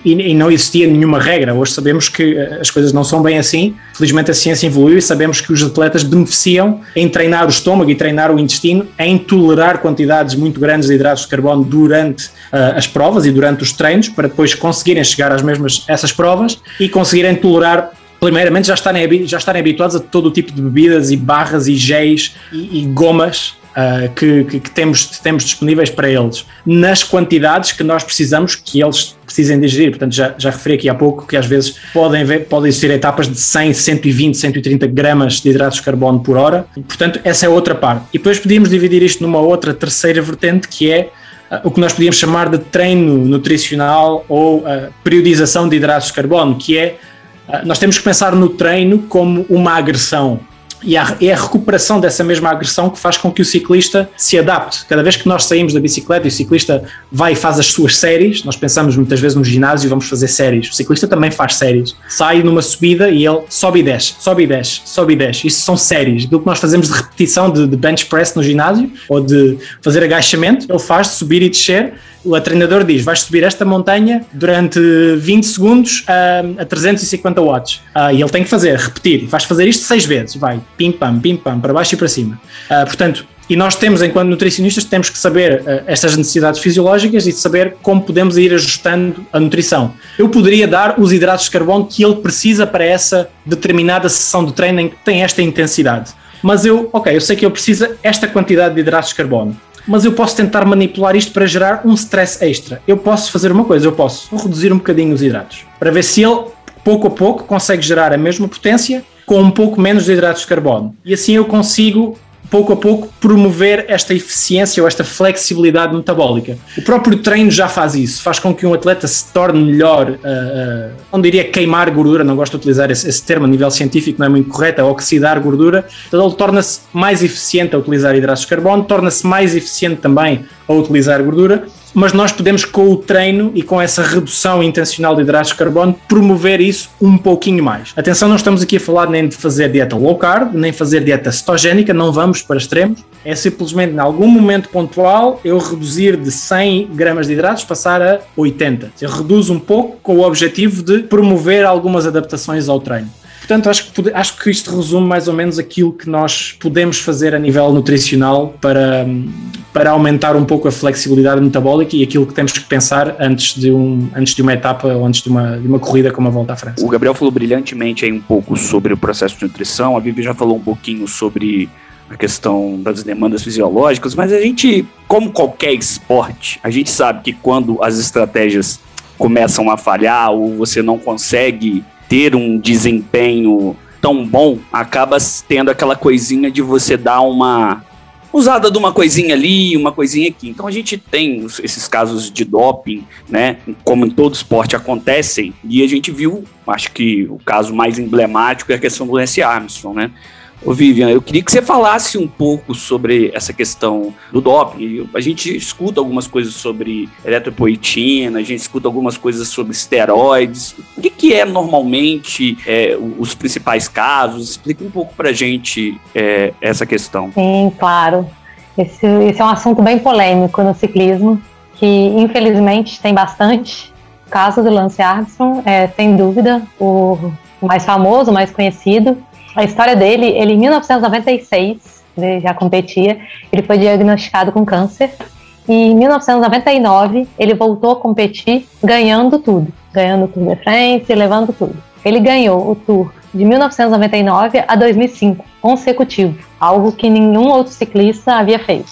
e, e não existia nenhuma regra. Hoje sabemos que as coisas não são bem assim. Felizmente a ciência evoluiu e sabemos que os atletas beneficiam em treinar o estômago e treinar o intestino, em tolerar quantidades muito grandes de hidratos de carbono durante uh, as provas e durante os treinos, para depois conseguirem chegar às mesmas essas provas e conseguirem tolerar. Primeiramente, já estarem, já estarem habituados a todo o tipo de bebidas e barras e géis e, e gomas uh, que, que, que temos, temos disponíveis para eles, nas quantidades que nós precisamos que eles precisem digerir. Portanto, já, já referi aqui há pouco que às vezes podem, ver, podem existir etapas de cem, cento e vinte, cento e trinta gramas de hidratos de carbono por hora. E, portanto, essa é outra parte. E depois podíamos dividir isto numa outra terceira vertente, que é uh, o que nós podíamos chamar de treino nutricional ou uh, periodização de hidratos de carbono, que é nós temos que pensar no treino como uma agressão e é a recuperação dessa mesma agressão que faz com que o ciclista se adapte. Cada vez que nós saímos da bicicleta e o ciclista vai e faz as suas séries, nós pensamos muitas vezes no ginásio e vamos fazer séries, o ciclista também faz séries, sai numa subida e ele sobe e desce, sobe e desce, sobe e desce. Isso são séries, aquilo que nós fazemos de repetição de, de bench press no ginásio ou de fazer agachamento, ele faz de subir e descer. O treinador diz, vais subir esta montanha durante vinte segundos a, a trezentos e cinquenta watts. Uh, e ele tem que fazer, repetir. Vais fazer isto seis vezes. Vai, pim, pam, pim, pam, para baixo e para cima. Uh, portanto, e nós temos, enquanto nutricionistas, temos que saber uh, estas necessidades fisiológicas e saber como podemos ir ajustando a nutrição. Eu poderia dar os hidratos de carbono que ele precisa para essa determinada sessão de treino em que tem esta intensidade. Mas eu, ok, eu sei que eu preciso esta quantidade de hidratos de carbono. Mas eu posso tentar manipular isto para gerar um stress extra. Eu posso fazer uma coisa, eu posso reduzir um bocadinho os hidratos, para ver se ele, pouco a pouco, consegue gerar a mesma potência com um pouco menos de hidratos de carbono. E assim eu consigo, pouco a pouco, promover esta eficiência ou esta flexibilidade metabólica. O próprio treino já faz isso, faz com que um atleta se torne melhor, uh, uh, não diria queimar gordura, não gosto de utilizar esse, esse termo a nível científico, não é muito correto, é oxidar gordura. Então ele torna-se mais eficiente a utilizar hidratos de carbono, torna-se mais eficiente também a utilizar gordura, mas nós podemos, com o treino e com essa redução intencional de hidratos de carbono, promover isso um pouquinho mais. Atenção, não estamos aqui a falar nem de fazer dieta low carb, nem fazer dieta cetogénica, não vamos para extremos, é simplesmente, em algum momento pontual, eu reduzir de cem gramas de hidratos, passar a oitenta. Eu reduzo um pouco com o objetivo de promover algumas adaptações ao treino. Portanto, acho que, acho que isto resume mais ou menos aquilo que nós podemos fazer a nível nutricional para, para aumentar um pouco a flexibilidade metabólica e aquilo que temos que pensar antes de, um, antes de uma etapa ou antes de uma, de uma corrida como a Volta à França. O Gabriel falou brilhantemente aí um pouco sobre o processo de nutrição, a Vivi já falou um pouquinho sobre a questão das demandas fisiológicas, mas a gente, como qualquer esporte, a gente sabe que quando as estratégias começam a falhar ou você não consegue ter um desempenho tão bom, acaba tendo aquela coisinha de você dar uma usada de uma coisinha ali, uma coisinha aqui. Então a gente tem esses casos de doping, né, como em todo esporte acontecem, e a gente viu, acho que o caso mais emblemático é a questão do Lance Armstrong, né? Ô Vivian, eu queria que você falasse um pouco sobre essa questão do doping. A gente escuta algumas coisas sobre eritropoetina, a gente escuta algumas coisas sobre esteroides. O que, que é normalmente é, os principais casos? Explica um pouco pra gente é, essa questão. Sim, claro. Esse, esse é um assunto bem polêmico no ciclismo, que infelizmente tem bastante. O caso do Lance Armstrong é, sem dúvida, o mais famoso, o mais conhecido. A história dele, ele em mil novecentos e noventa e seis, ele já competia, ele foi diagnosticado com câncer e em mil novecentos e noventa e nove ele voltou a competir ganhando tudo, ganhando o Tour de France, levando tudo. Ele ganhou o Tour de mil novecentos e noventa e nove a dois mil e cinco, consecutivo, algo que nenhum outro ciclista havia feito.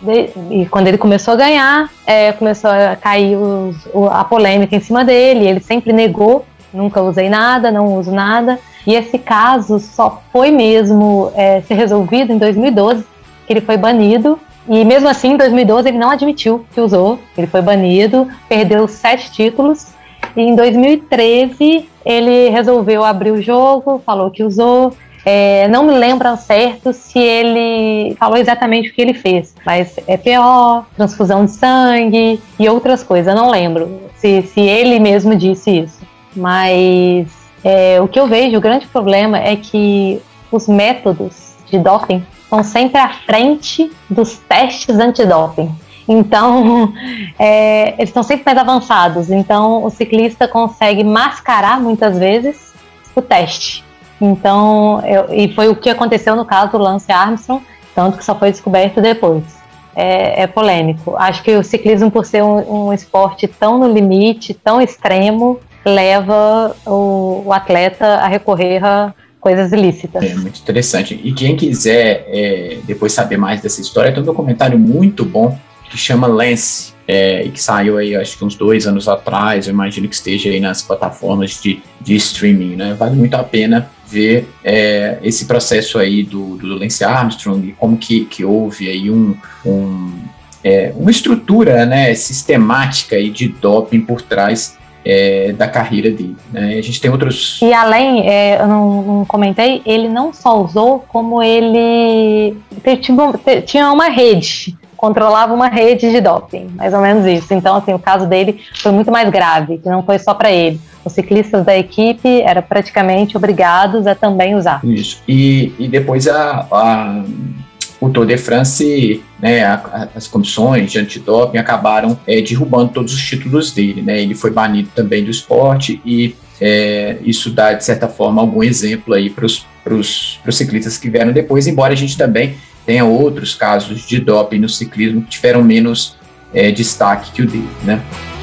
E quando ele começou a ganhar, é, começou a cair os, a polêmica em cima dele, ele sempre negou, nunca usei nada, não uso nada. E esse caso só foi mesmo é, ser resolvido em dois mil e doze, que ele foi banido. E mesmo assim, em dois mil e doze, ele não admitiu que usou. Ele foi banido, perdeu sete títulos. E em dois mil e treze, ele resolveu abrir o jogo, falou que usou. É, não me lembro ao certo se ele falou exatamente o que ele fez. Mas E P O, transfusão de sangue e outras coisas. Eu não lembro se, se ele mesmo disse isso. Mas... É, o que eu vejo, o grande problema é que os métodos de doping estão sempre à frente dos testes antidoping. Então, é, eles estão sempre mais avançados. Então, o ciclista consegue mascarar, muitas vezes, o teste. Então, eu, e foi o que aconteceu no caso do Lance Armstrong, tanto que só foi descoberto depois. É, é polêmico. Acho que o ciclismo, por ser um, um esporte tão no limite, tão extremo, leva o, o atleta a recorrer a coisas ilícitas. É muito interessante. E quem quiser é, depois saber mais dessa história, tem um documentário muito bom que chama Lance, é, e que saiu aí acho que uns dois anos atrás. Eu imagino que esteja aí nas plataformas de, de streaming, né? Vale muito a pena ver é, esse processo aí do, do Lance Armstrong e como que, que houve aí um, um, é, uma estrutura, né, sistemática aí de doping por trás É, da carreira dele, né? A gente tem outros... E além, é, eu não, não comentei, ele não só usou, como ele tinha, tinha uma rede, controlava uma rede de doping, mais ou menos isso. Então, assim, o caso dele foi muito mais grave, que não foi só para ele. Os ciclistas da equipe eram praticamente obrigados a também usar. Isso. E, e depois a... a... o Tour de France, né, a, a, as comissões de antidoping acabaram é, derrubando todos os títulos dele, né? Ele foi banido também do esporte e é, isso dá, de certa forma, algum exemplo aí para os ciclistas que vieram depois, embora a gente também tenha outros casos de doping no ciclismo que tiveram menos é, destaque que o dele, né?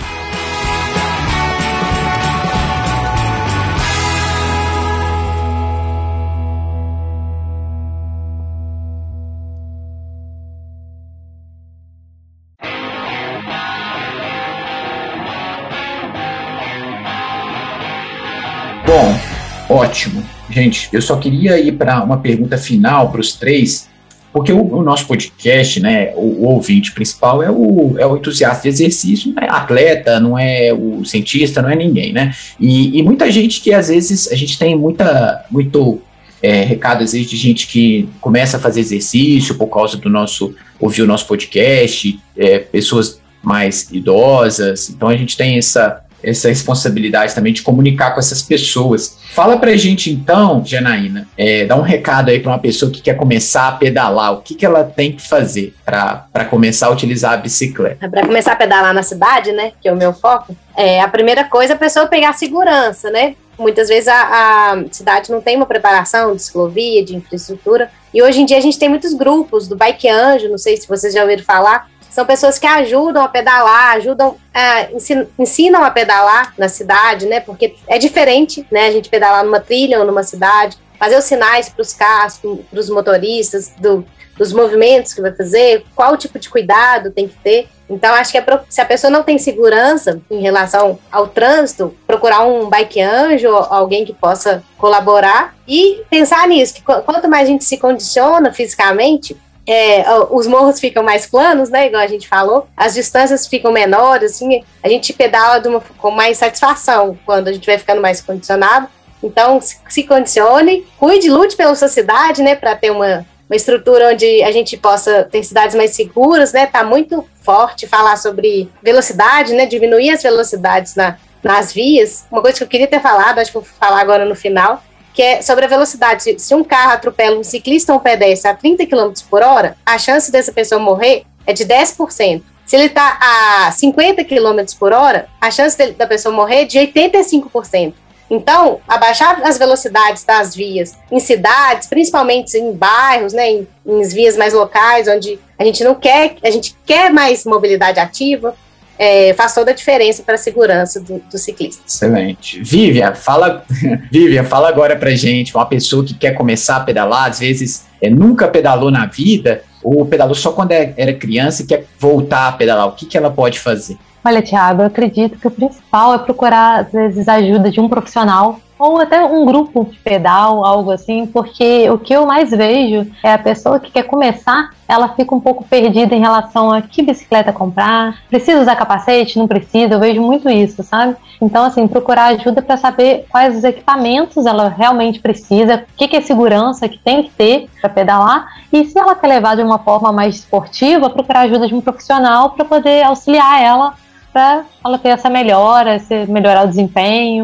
Bom, ótimo. Gente, eu só queria ir para uma pergunta final para os três, porque o, o nosso podcast, né, o, o ouvinte principal é o, é o entusiasta de exercício, não é atleta, não é o cientista, não é ninguém, né? E, e muita gente que, às vezes, a gente tem muita, muito é, recado, às vezes, de gente que começa a fazer exercício por causa do nosso, ouvir o nosso podcast, é, pessoas mais idosas, então a gente tem essa... essa responsabilidade também de comunicar com essas pessoas. Fala pra gente então, Janaína, é, dá um recado aí para uma pessoa que quer começar a pedalar, o que, que ela tem que fazer para começar a utilizar a bicicleta? Para começar a pedalar na cidade, né, que é o meu foco, é, a primeira coisa é a pessoa pegar segurança, né? Muitas vezes a, a cidade não tem uma preparação de ciclovia, de infraestrutura, e hoje em dia a gente tem muitos grupos do Bike Anjo, não sei se vocês já ouviram falar. São pessoas que ajudam a pedalar, ajudam, a, ensinam, ensinam a pedalar na cidade, né? Porque é diferente, né? A gente pedalar numa trilha ou numa cidade, fazer os sinais para os carros, para os motoristas, do, dos movimentos que vai fazer, qual tipo de cuidado tem que ter. Então, acho que é pro, se a pessoa não tem segurança em relação ao trânsito, procurar um bike anjo, alguém que possa colaborar e pensar nisso, que quanto mais a gente se condiciona fisicamente, É, os morros ficam mais planos, né, igual a gente falou, as distâncias ficam menores, assim, a gente pedala de uma, com mais satisfação quando a gente vai ficando mais condicionado. Então, se, se condicione, cuide, lute pela sua cidade, né, para ter uma, uma estrutura onde a gente possa ter cidades mais seguras, né, tá muito forte falar sobre velocidade, né, diminuir as velocidades na, nas vias. Uma coisa que eu queria ter falado, acho que vou falar agora no final, que é sobre a velocidade. Se, se um carro atropela um ciclista ou um pedestre a trinta quilômetros por hora, a chance dessa pessoa morrer é de dez por cento. Se ele está a cinquenta quilômetros por hora, a chance de, da pessoa morrer é de oitenta e cinco por cento. Então, abaixar as velocidades das vias em cidades, principalmente em bairros, né, em, em vias mais locais, onde a gente não quer, a gente quer mais mobilidade ativa, É, faz toda a diferença para a segurança do, do ciclista. Excelente. Vivian, fala, Vivian, fala agora pra gente, uma pessoa que quer começar a pedalar, às vezes é, nunca pedalou na vida, ou pedalou só quando é, era criança e quer voltar a pedalar, o que, que ela pode fazer? Olha, Thiago, eu acredito que o principal é procurar, às vezes, a ajuda de um profissional ou até um grupo de pedal, algo assim, porque o que eu mais vejo é a pessoa que quer começar, ela fica um pouco perdida em relação a que bicicleta comprar, precisa usar capacete, não precisa, eu vejo muito isso, sabe? Então, assim, procurar ajuda para saber quais os equipamentos ela realmente precisa, o que, que é segurança que tem que ter para pedalar, e se ela quer levar de uma forma mais esportiva, procurar ajuda de um profissional para poder auxiliar ela, para ela ter essa melhora, melhorar o desempenho.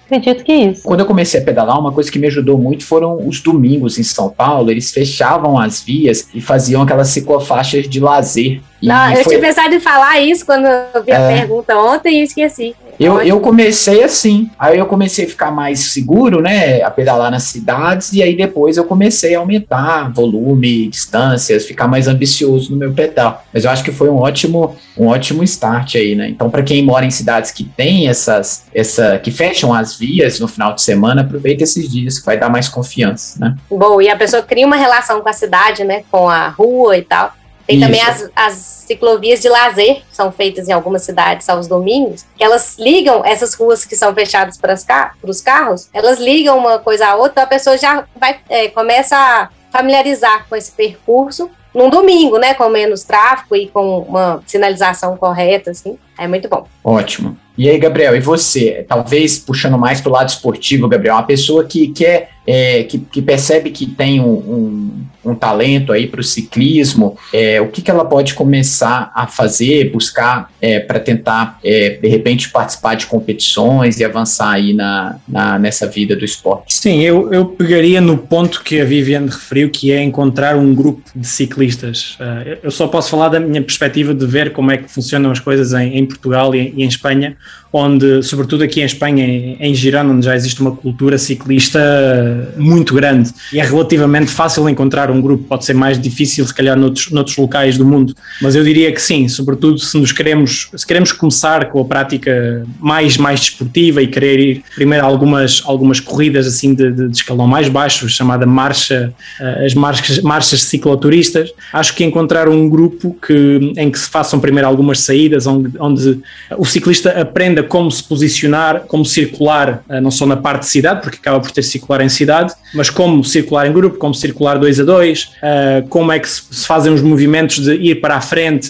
Acredito que isso. Quando eu comecei a pedalar, uma coisa que me ajudou muito foram os domingos em São Paulo. Eles fechavam as vias e faziam aquelas ciclofaixas de lazer. Não, eu foi... tinha pensado em falar isso quando eu vi a é... pergunta ontem e esqueci. Eu, eu comecei assim, aí eu comecei a ficar mais seguro, né, a pedalar nas cidades, e aí depois eu comecei a aumentar volume, distâncias, ficar mais ambicioso no meu pedal. Mas eu acho que foi um ótimo, um ótimo start aí, né? Então, para quem mora em cidades que tem essas, essa, que fecham as vias no final de semana, aproveita esses dias, que vai dar mais confiança, né? Bom, e a pessoa cria uma relação com a cidade, né, com a rua e tal. Tem Isso. também as, as ciclovias de lazer, que são feitas em algumas cidades aos domingos, que elas ligam essas ruas que são fechadas para, as, para os carros, elas ligam uma coisa à outra, a pessoa já vai, é, começa a familiarizar com esse percurso num domingo, né, com menos tráfego e com uma sinalização correta, assim, é muito bom. Ótimo. E aí, Gabriel, e você? Talvez puxando mais para o lado esportivo, Gabriel, uma pessoa que quer, é, que, que percebe que tem um, um, um talento aí para o ciclismo, é, o que, que ela pode começar a fazer, buscar é, para tentar, é, de repente, participar de competições e avançar aí na, na, nessa vida do esporte? Sim, eu, eu pegaria no ponto que a Viviane referiu, que é encontrar um grupo de ciclistas. Uh, eu só posso falar da minha perspectiva de ver como é que funcionam as coisas em, em Portugal e, e em Espanha, onde, sobretudo aqui em Espanha, em Girona, onde já existe uma cultura ciclista muito grande e é relativamente fácil encontrar um grupo. Pode ser mais difícil, se calhar, noutros, noutros locais do mundo, mas eu diria que sim, sobretudo se nos queremos, se queremos começar com a prática mais, mais desportiva e querer ir primeiro a algumas, algumas corridas assim de, de, de escalão mais baixo, chamada marcha, as marchas, marchas cicloturistas, acho que encontrar um grupo que, em que se façam primeiro algumas saídas, onde, onde o ciclista aprenda como se posicionar, como circular, não só na parte de cidade, porque acaba por ter circular em cidade, mas como circular em grupo, como circular dois a dois, como é que se fazem os movimentos de ir para a frente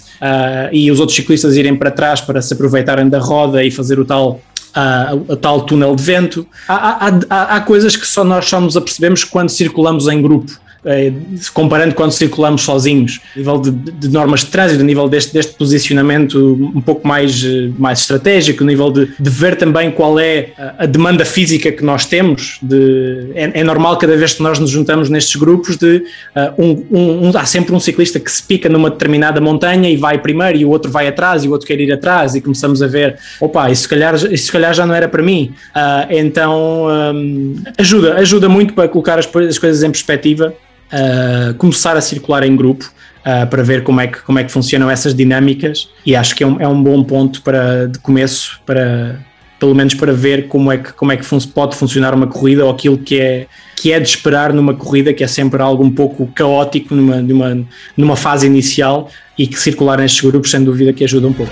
e os outros ciclistas irem para trás para se aproveitarem da roda e fazer o tal Uh, a tal túnel de vento. Há, há, há, há coisas que só nós só nos apercebemos quando circulamos em grupo, eh, comparando quando circulamos sozinhos, a nível de, de normas de trânsito, a nível deste, deste posicionamento um pouco mais, mais estratégico, a nível de, de ver também qual é a, a demanda física que nós temos. De, é, é normal cada vez que nós nos juntamos nestes grupos de uh, um, um, um, há sempre um ciclista que se pica numa determinada montanha e vai primeiro e o outro vai atrás e o outro quer ir atrás e começamos a ver, opa, isso se calhar, isso se calhar já não era para mim. Uh, então um, ajuda, ajuda muito para colocar as, as coisas em perspectiva, uh, começar a circular em grupo, uh, para ver como é, que, como é que funcionam essas dinâmicas, e acho que é um, é um bom ponto para, de começo, para, pelo menos para ver como é que, como é que fun- pode funcionar uma corrida, ou aquilo que é, que é de esperar numa corrida, que é sempre algo um pouco caótico numa, numa, numa fase inicial, e que circular nestes grupos sem dúvida que ajuda um pouco.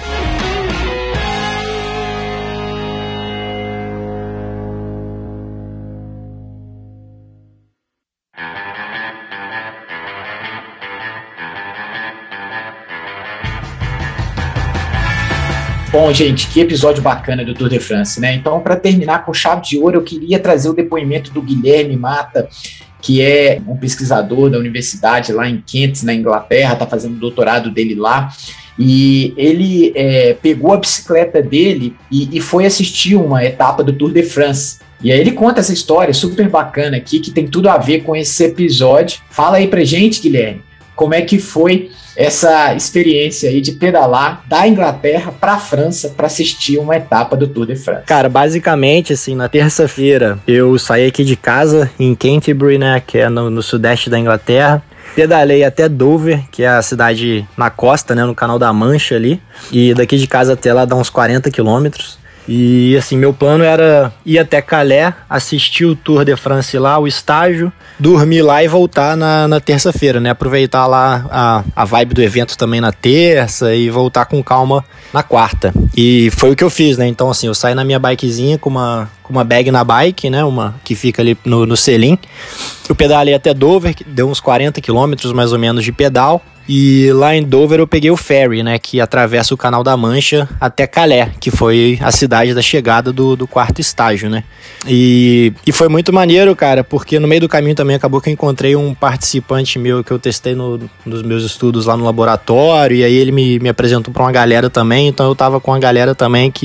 Bom, gente, que episódio bacana do Tour de France, né? Então, para terminar com chave de ouro, eu queria trazer o depoimento do Guilherme Mata, que é um pesquisador da universidade lá em Kent, na Inglaterra, está fazendo o doutorado dele lá, e ele é, pegou a bicicleta dele e, e foi assistir uma etapa do Tour de France. E aí ele conta essa história super bacana aqui, que tem tudo a ver com esse episódio. Fala aí pra gente, Guilherme, como é que foi essa experiência aí de pedalar da Inglaterra para a França para assistir uma etapa do Tour de France? Cara, basicamente, assim, na terça-feira eu saí aqui de casa em Canterbury, né, que é no, no sudeste da Inglaterra. Pedalei até Dover, que é a cidade na costa, né, no Canal da Mancha ali. E daqui de casa até lá dá uns quarenta quilômetros. E assim, meu plano era ir até Calais, assistir o Tour de France lá, o estágio, dormir lá e voltar na, na terça-feira, né? Aproveitar lá a, a vibe do evento também na terça e voltar com calma na quarta. E foi o que eu fiz, né? Então assim, eu saí na minha bikezinha com uma, com uma bag na bike, né? Uma que fica ali no, no selim. Eu pedalei até Dover, que deu uns quarenta quilômetros mais ou menos de pedal. E lá em Dover eu peguei o ferry, né, que atravessa o Canal da Mancha até Calais, que foi a cidade da chegada do, do quarto estágio, né. E, e foi muito maneiro, cara, porque no meio do caminho também acabou que eu encontrei um participante meu que eu testei no, nos meus estudos lá no laboratório, e aí ele me, me apresentou pra uma galera também, então eu tava com uma galera também que... que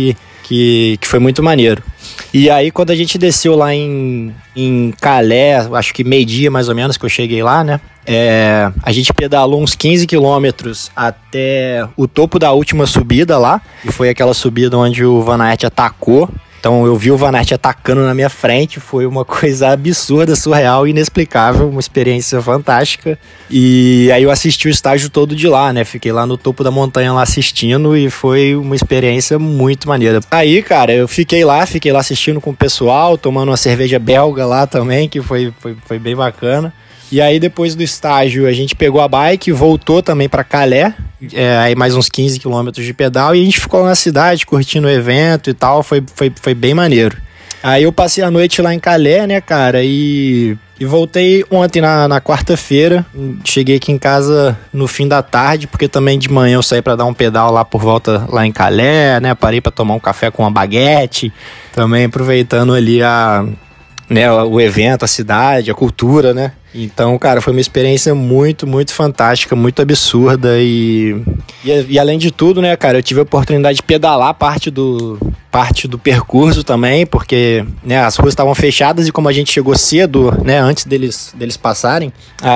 que, que foi muito maneiro. E aí, quando a gente desceu lá em, em Calais, acho que meio-dia mais ou menos que eu cheguei lá, né? É, a gente pedalou uns quinze quilômetros até o topo da última subida lá, e foi aquela subida onde o Van Aert atacou. Então eu vi o Van Aert atacando na minha frente, foi uma coisa absurda, surreal, inexplicável, uma experiência fantástica. E aí eu assisti o estágio todo de lá, né? Fiquei lá no topo da montanha lá assistindo e foi uma experiência muito maneira. Aí, cara, eu fiquei lá, fiquei lá assistindo com o pessoal, tomando uma cerveja belga lá também, que foi, foi, foi bem bacana. E aí depois do estágio a gente pegou a bike, voltou também para Calais, é, aí mais uns quinze quilômetros de pedal, e a gente ficou na cidade curtindo o evento e tal, foi, foi, foi bem maneiro. Aí eu passei a noite lá em Calais, né, cara, e, e voltei ontem na, na quarta-feira, cheguei aqui em casa no fim da tarde, porque também de manhã eu saí para dar um pedal lá por volta lá em Calais, né, parei para tomar um café com uma baguete, também aproveitando ali a... né, o evento, a cidade, a cultura, né? Então, cara, foi uma experiência muito, muito fantástica, muito absurda e, e, e além de tudo, né, cara, eu tive a oportunidade de pedalar parte do, parte do percurso também, porque, né, as ruas estavam fechadas e como a gente chegou cedo, né, antes deles, deles passarem,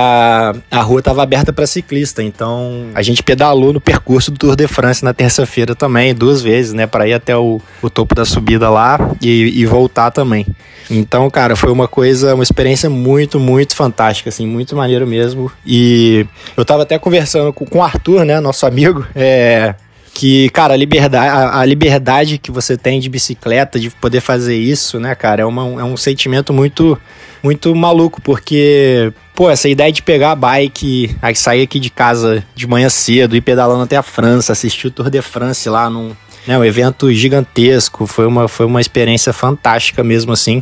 a, a rua estava aberta para ciclista, então a gente pedalou no percurso do Tour de France na terça-feira também, duas vezes, né, para ir até o, o topo da subida lá e, e voltar também. Então, cara, foi uma coisa, uma experiência muito, muito fantástica, assim, muito maneiro mesmo. E eu tava até conversando com, com o Arthur, né, nosso amigo, é, que, cara, a liberdade, a, a liberdade que você tem de bicicleta, de poder fazer isso, né, cara, é, uma, é um sentimento muito, muito maluco, porque, pô, essa ideia de pegar a bike, aí sair aqui de casa de manhã cedo, ir pedalando até a França, assistir o Tour de France lá num... É um evento gigantesco, foi uma, foi uma experiência fantástica mesmo assim,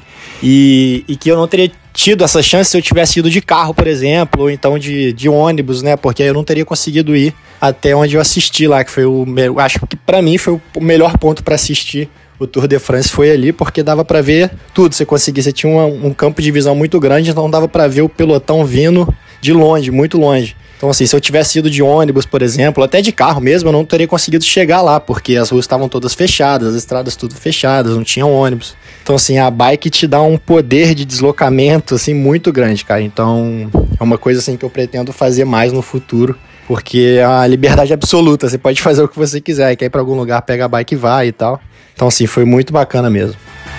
e, e que eu não teria tido essa chance se eu tivesse ido de carro, por exemplo, ou então de, de ônibus, né, porque eu não teria conseguido ir até onde eu assisti lá, que foi o, acho que pra mim foi o melhor ponto pra assistir o Tour de France, foi ali, porque dava pra ver tudo, você conseguia, você tinha uma, um campo de visão muito grande, então dava pra ver o pelotão vindo de longe, muito longe. Então, assim, se eu tivesse ido de ônibus, por exemplo, até de carro mesmo, eu não teria conseguido chegar lá, porque as ruas estavam todas fechadas, as estradas tudo fechadas, não tinha ônibus. Então, assim, a bike te dá um poder de deslocamento, assim, muito grande, cara. Então, é uma coisa, assim, que eu pretendo fazer mais no futuro, porque é a liberdade absoluta, você pode fazer o que você quiser, quer ir pra algum lugar, pega a bike e vai e tal. Então, assim, foi muito bacana mesmo.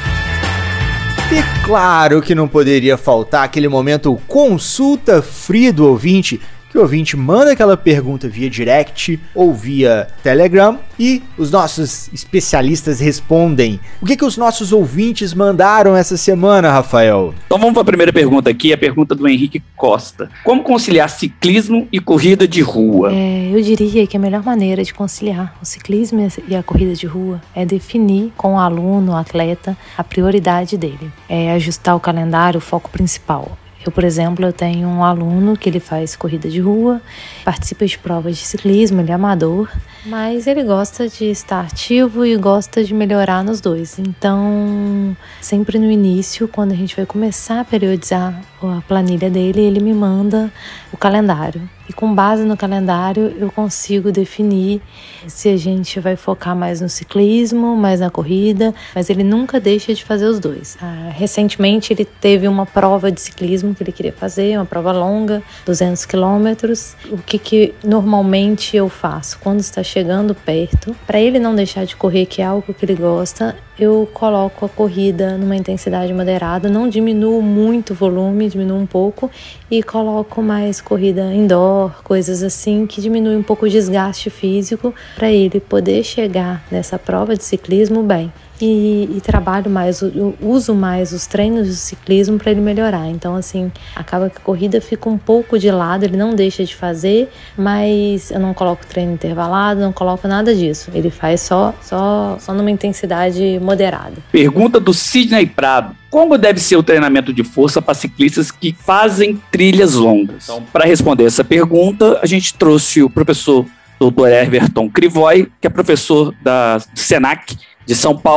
E claro que não poderia faltar aquele momento consulta free do ouvinte, que o ouvinte manda aquela pergunta via direct ou via Telegram e os nossos especialistas respondem. O que que os nossos ouvintes mandaram essa semana, Rafael? Então vamos para a primeira pergunta aqui, a pergunta do Henrique Costa. Como conciliar ciclismo e corrida de rua? É, eu diria que a melhor maneira de conciliar o ciclismo e a corrida de rua é definir com o aluno, o atleta, a prioridade dele. É ajustar o calendário, o foco principal. Eu, por exemplo, eu tenho um aluno que ele faz corrida de rua, participa de provas de ciclismo, ele é amador, mas ele gosta de estar ativo e gosta de melhorar nos dois. Então, sempre no início, quando a gente vai começar a periodizar a planilha dele, ele me manda o calendário. E com base no calendário, eu consigo definir se a gente vai focar mais no ciclismo, mais na corrida, mas ele nunca deixa de fazer os dois. Ah, recentemente, ele teve uma prova de ciclismo que ele queria fazer, uma prova longa, duzentos quilômetros. O que, que normalmente eu faço? Quando está chegando perto, para ele não deixar de correr, que é algo que ele gosta, eu coloco a corrida numa intensidade moderada, não diminuo muito o volume, diminuo um pouco e coloco mais corrida indoor, coisas assim que diminuem um pouco o desgaste físico para ele poder chegar nessa prova de ciclismo bem. E, e trabalho mais, eu uso mais os treinos de ciclismo para ele melhorar. Então, assim, acaba que a corrida fica um pouco de lado, ele não deixa de fazer, mas eu não coloco treino intervalado, não coloco nada disso. Ele faz só, só, só numa intensidade moderada. Pergunta do Sidney Prado. Como deve ser o treinamento de força para ciclistas que fazem trilhas longas? Então, para responder essa pergunta, a gente trouxe o professor doutor Everton Crivoy, que é professor da Senac de São Paulo,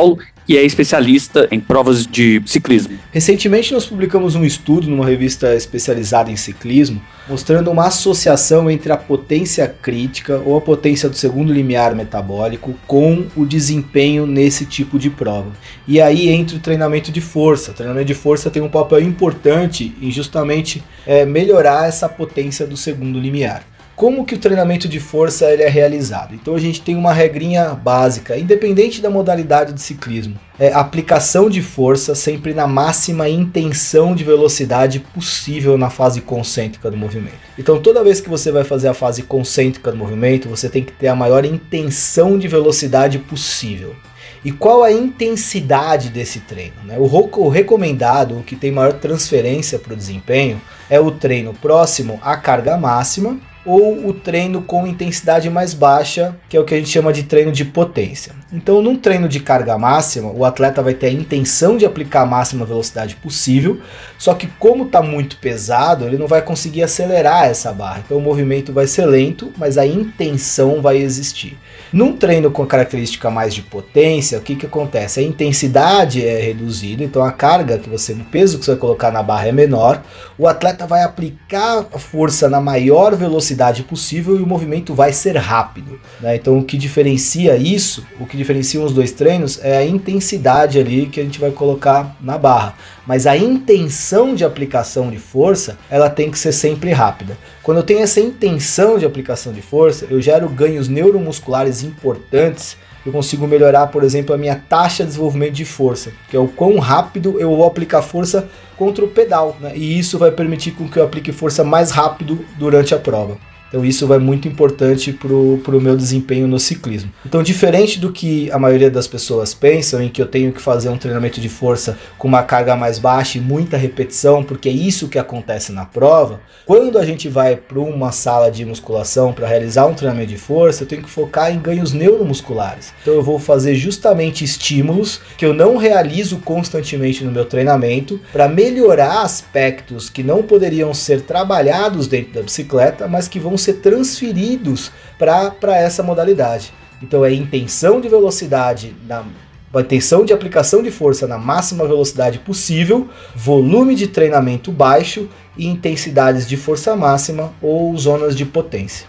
que é especialista em provas de ciclismo. Recentemente nós publicamos um estudo numa revista especializada em ciclismo, mostrando uma associação entre a potência crítica ou a potência do segundo limiar metabólico com o desempenho nesse tipo de prova. E aí entra o treinamento de força. O treinamento de força tem um papel importante em justamente é, melhorar essa potência do segundo limiar. Como que o treinamento de força ele é realizado? Então a gente tem uma regrinha básica, independente da modalidade de ciclismo. É aplicação de força sempre na máxima intenção de velocidade possível na fase concêntrica do movimento. Então toda vez que você vai fazer a fase concêntrica do movimento, você tem que ter a maior intenção de velocidade possível. E qual a intensidade desse treino? Né? O, o recomendado, o que tem maior transferência para o desempenho, é o treino próximo à carga máxima, ou o treino com intensidade mais baixa, que é o que a gente chama de treino de potência. Então, num treino de carga máxima, o atleta vai ter a intenção de aplicar a máxima velocidade possível, só que como está muito pesado, ele não vai conseguir acelerar essa barra. Então, o movimento vai ser lento, mas a intenção vai existir. Num treino com característica mais de potência, o que, que acontece? A intensidade é reduzida, então a carga, que você, o peso que você vai colocar na barra é menor, o atleta vai aplicar a força na maior velocidade possível e o movimento vai ser rápido, né? Então o que diferencia isso, o que diferencia os dois treinos é a intensidade ali que a gente vai colocar na barra, mas a intenção de aplicação de força ela tem que ser sempre rápida. Quando eu tenho essa intenção de aplicação de força, eu gero ganhos neuromusculares importantes. Eu consigo melhorar, por exemplo, a minha taxa de desenvolvimento de força, que é o quão rápido eu vou aplicar força contra o pedal, né? E isso vai permitir com que eu aplique força mais rápido durante a prova. Então isso vai muito importante para o meu desempenho no ciclismo. Então, diferente do que a maioria das pessoas pensam, em que eu tenho que fazer um treinamento de força com uma carga mais baixa e muita repetição, porque é isso que acontece na prova, quando a gente vai para uma sala de musculação para realizar um treinamento de força, eu tenho que focar em ganhos neuromusculares. Então eu vou fazer justamente estímulos que eu não realizo constantemente no meu treinamento para melhorar aspectos que não poderiam ser trabalhados dentro da bicicleta, mas que vão ser transferidos para essa modalidade. Então é intenção de velocidade, na, a intenção de aplicação de força na máxima velocidade possível, volume de treinamento baixo e intensidades de força máxima ou zonas de potência.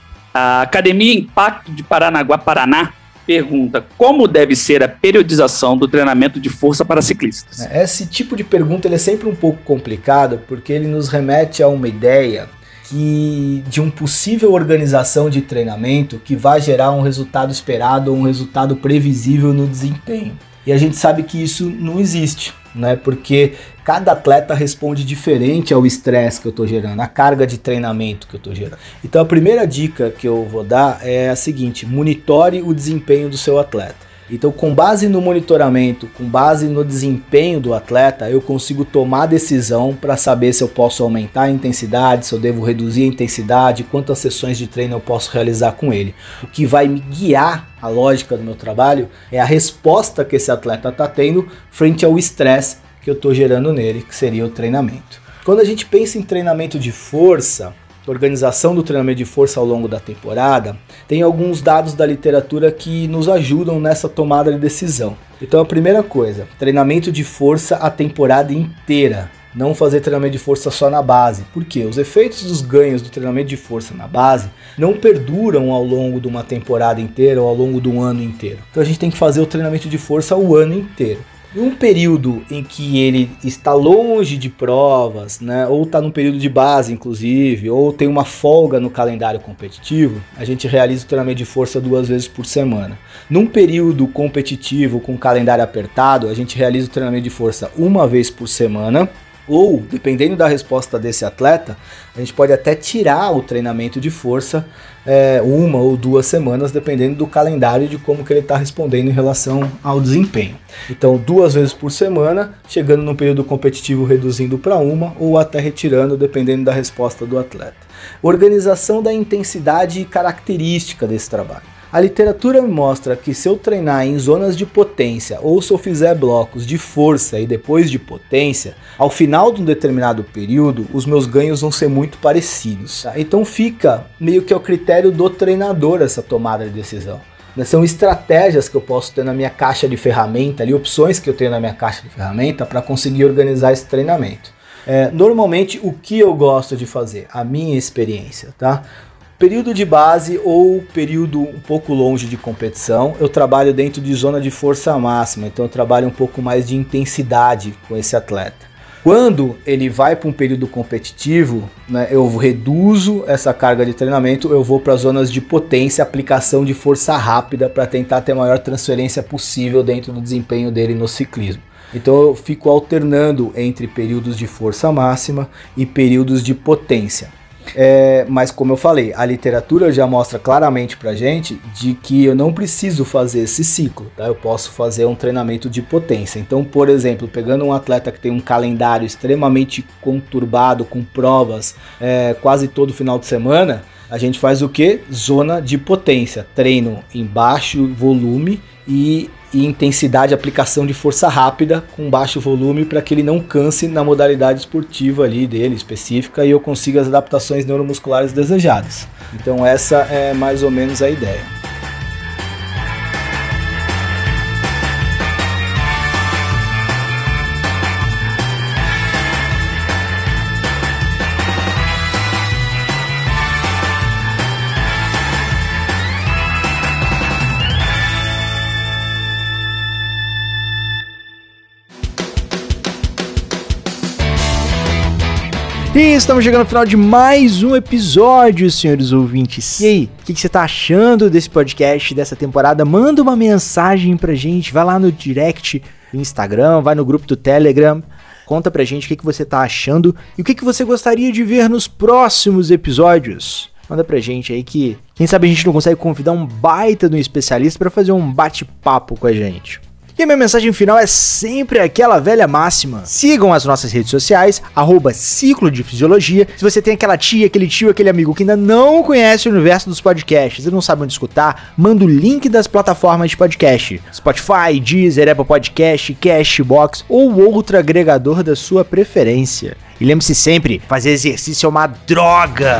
A Academia Impacto de Paranaguá, Paraná, pergunta como deve ser a periodização do treinamento de força para ciclistas. Esse tipo de pergunta ele é sempre um pouco complicado, porque ele nos remete a uma ideia que de uma possível organização de treinamento que vai gerar um resultado esperado ou um resultado previsível no desempenho. E a gente sabe que isso não existe, né? Porque cada atleta responde diferente ao estresse que eu estou gerando, à carga de treinamento que eu estou gerando. Então a primeira dica que eu vou dar é a seguinte: monitore o desempenho do seu atleta. Então, com base no monitoramento, com base no desempenho do atleta, eu consigo tomar decisão para saber se eu posso aumentar a intensidade, se eu devo reduzir a intensidade, quantas sessões de treino eu posso realizar com ele. O que vai me guiar a lógica do meu trabalho é a resposta que esse atleta está tendo frente ao estresse que eu estou gerando nele, que seria o treinamento. Quando a gente pensa em treinamento de força, organização do treinamento de força ao longo da temporada, tem alguns dados da literatura que nos ajudam nessa tomada de decisão. Então a primeira coisa, treinamento de força a temporada inteira. Não fazer treinamento de força só na base. Por quê? Os efeitos dos ganhos do treinamento de força na base não perduram ao longo de uma temporada inteira ou ao longo de um ano inteiro. Então a gente tem que fazer o treinamento de força o ano inteiro. Em um período em que ele está longe de provas, né, ou está num período de base, inclusive, ou tem uma folga no calendário competitivo, a gente realiza o treinamento de força duas vezes por semana. Num período competitivo, com calendário apertado, a gente realiza o treinamento de força uma vez por semana, ou, dependendo da resposta desse atleta, a gente pode até tirar o treinamento de força é, uma ou duas semanas, dependendo do calendário e de como que ele está respondendo em relação ao desempenho. Então, duas vezes por semana, chegando no período competitivo, reduzindo para uma, ou até retirando, dependendo da resposta do atleta. Organização da intensidade e característica desse trabalho. A literatura me mostra que se eu treinar em zonas de potência ou se eu fizer blocos de força e depois de potência, ao final de um determinado período, os meus ganhos vão ser muito parecidos. Tá? Então fica meio que ao critério do treinador essa tomada de decisão. né? São estratégias que eu posso ter na minha caixa de ferramenta, ali, opções que eu tenho na minha caixa de ferramenta para conseguir organizar esse treinamento. É, normalmente, o que eu gosto de fazer? A minha experiência, tá? Período de base ou período um pouco longe de competição, eu trabalho dentro de zona de força máxima, então eu trabalho um pouco mais de intensidade com esse atleta. Quando ele vai para um período competitivo, né, eu reduzo essa carga de treinamento, eu vou para zonas de potência, aplicação de força rápida para tentar ter a maior transferência possível dentro do desempenho dele no ciclismo. Então eu fico alternando entre períodos de força máxima e períodos de potência. É, mas como eu falei, a literatura já mostra claramente pra gente de que eu não preciso fazer esse ciclo, tá? Eu posso fazer um treinamento de potência. Então, por exemplo, pegando um atleta que tem um calendário extremamente conturbado, com provas é, quase todo final de semana, a gente faz o que? Zona de potência, treino em baixo volume e e intensidade, aplicação de força rápida com baixo volume para que ele não canse na modalidade esportiva ali dele específica e eu consiga as adaptações neuromusculares desejadas. Então essa é mais ou menos a ideia. E estamos chegando ao final de mais um episódio, senhores ouvintes. E aí, o que, que você tá achando desse podcast, dessa temporada? Manda uma mensagem pra gente, vai lá no direct do Instagram, vai no grupo do Telegram, conta pra gente o que, que você tá achando e o que, que você gostaria de ver nos próximos episódios. Manda pra gente aí que, quem sabe a gente não consegue convidar um baita de um especialista pra fazer um bate-papo com a gente. E a minha mensagem final é sempre aquela velha máxima. Sigam as nossas redes sociais, arroba Ciclo de Fisiologia. Se você tem aquela tia, aquele tio, aquele amigo que ainda não conhece o universo dos podcasts e não sabe onde escutar, manda o link das plataformas de podcast. Spotify, Deezer, Apple Podcast, Cashbox ou outro agregador da sua preferência. E lembre-se sempre, fazer exercício é uma droga!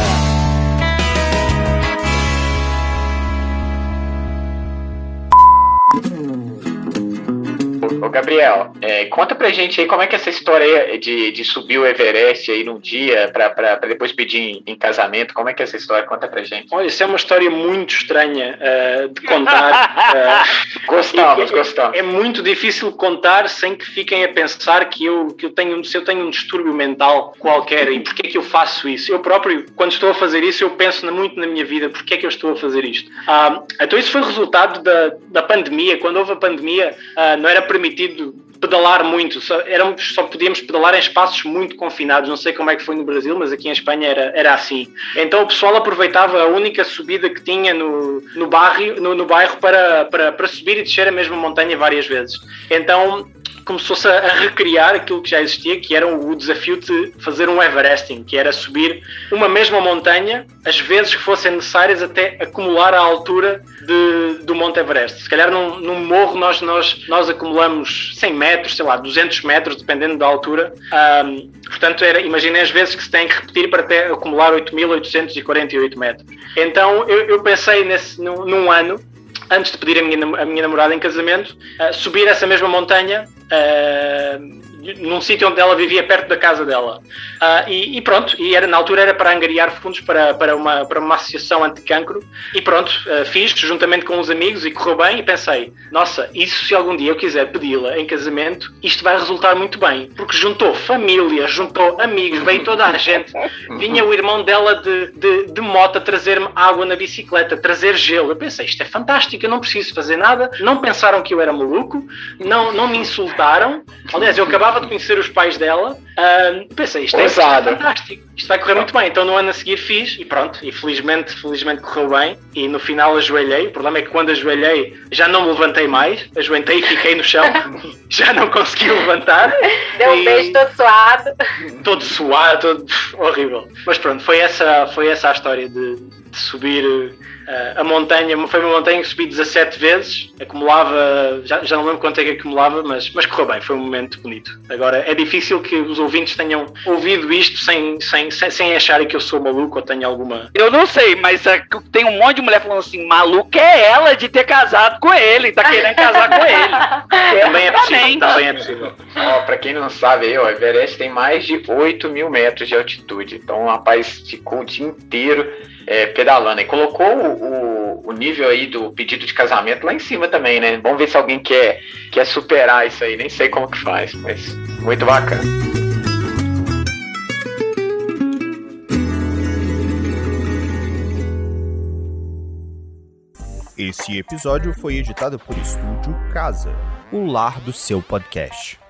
Ô Gabriel, é, conta pra gente aí como é que é essa história de, de subir o Everest aí num dia pra, pra, pra depois pedir em, em casamento, como é que é essa história? Conta pra gente. Olha, isso é uma história muito estranha uh, de contar. uh, gostamos, é, gostamos. É, é muito difícil contar sem que fiquem a pensar que eu, que eu tenho, se eu tenho um distúrbio mental qualquer e porque é que eu faço isso. Eu próprio, quando estou a fazer isso, eu penso muito na minha vida, porque é que eu estou a fazer isto. Uh, então isso foi resultado da, da pandemia. Quando houve a pandemia, uh, não era permitido pedalar muito, só, éramos, só podíamos pedalar em espaços muito confinados, não sei como é que foi no Brasil, mas aqui em Espanha era, era assim. Então o pessoal aproveitava a única subida que tinha no, no, bairro, no, no bairro para, para, para subir e descer a mesma montanha várias vezes. Então começou-se a, a recriar aquilo que já existia, que era o, o desafio de fazer um Everesting, que era subir uma mesma montanha as vezes que fossem necessárias até acumular a altura de, do Monte Everest. Se calhar num, num morro nós, nós, nós acumulamos cem metros, sei lá, duzentos metros, dependendo da altura. Um, portanto, era, imaginem as vezes que se tem que repetir para até acumular oito mil oitocentos e quarenta e oito metros. Então eu, eu pensei nesse, num, num ano, antes de pedir a minha, a minha namorada em casamento, uh, subir essa mesma montanha uh, num sítio onde ela vivia, perto da casa dela. Uh, e, e pronto, e era, na altura era para angariar fundos para, para, uma, para uma associação anti-cancro. E pronto, uh, fiz juntamente com uns amigos e correu bem e pensei, nossa, isso se algum dia eu quiser pedi-la em casamento, isto vai resultar muito bem. Porque juntou família, juntou amigos, veio toda a gente. Vinha o irmão dela de, de, de moto a trazer-me água na bicicleta, trazer gelo. Eu pensei, isto é fantástico, eu não preciso fazer nada. Não pensaram que eu era maluco, não, não me insultaram. Aliás, eu acabava de conhecer os pais dela, uh, pensei, isto é, isto é fantástico, isto vai correr muito bem. Então no ano a seguir fiz e pronto, e felizmente, felizmente correu bem e no final ajoelhei. O problema é que quando ajoelhei já não me levantei mais, ajoelhei e fiquei no chão, já não consegui levantar. Deu um beijo todo suado. Todo suado, todo horrível. Mas pronto, foi essa, foi essa a história de, de subir uh, a montanha. Foi uma montanha que subi dezassete vezes, acumulava, já, já não lembro quanto é que acumulava, mas, mas correu bem, foi um momento bonito. Agora é difícil que os ouvintes tenham ouvido isto sem, sem, sem, sem acharem que eu sou maluco ou tenho alguma... Eu não sei, mas é, tem um monte de mulher falando assim, maluca é ela de ter casado com ele, tá querendo casar com ele. Também é possível, também é possível. Ó, pra quem não sabe aí, ó, o Everest tem mais de oito mil metros de altitude. Então o rapaz ficou o dia inteiro é, pedalando. E colocou o, o, o nível aí do pedido de casamento lá em cima também, né? Vamos ver se alguém quer, quer superar isso aí. Nem sei como que faz, mas muito bacana. Esse episódio foi editado por Estúdio Casa, o lar do seu podcast.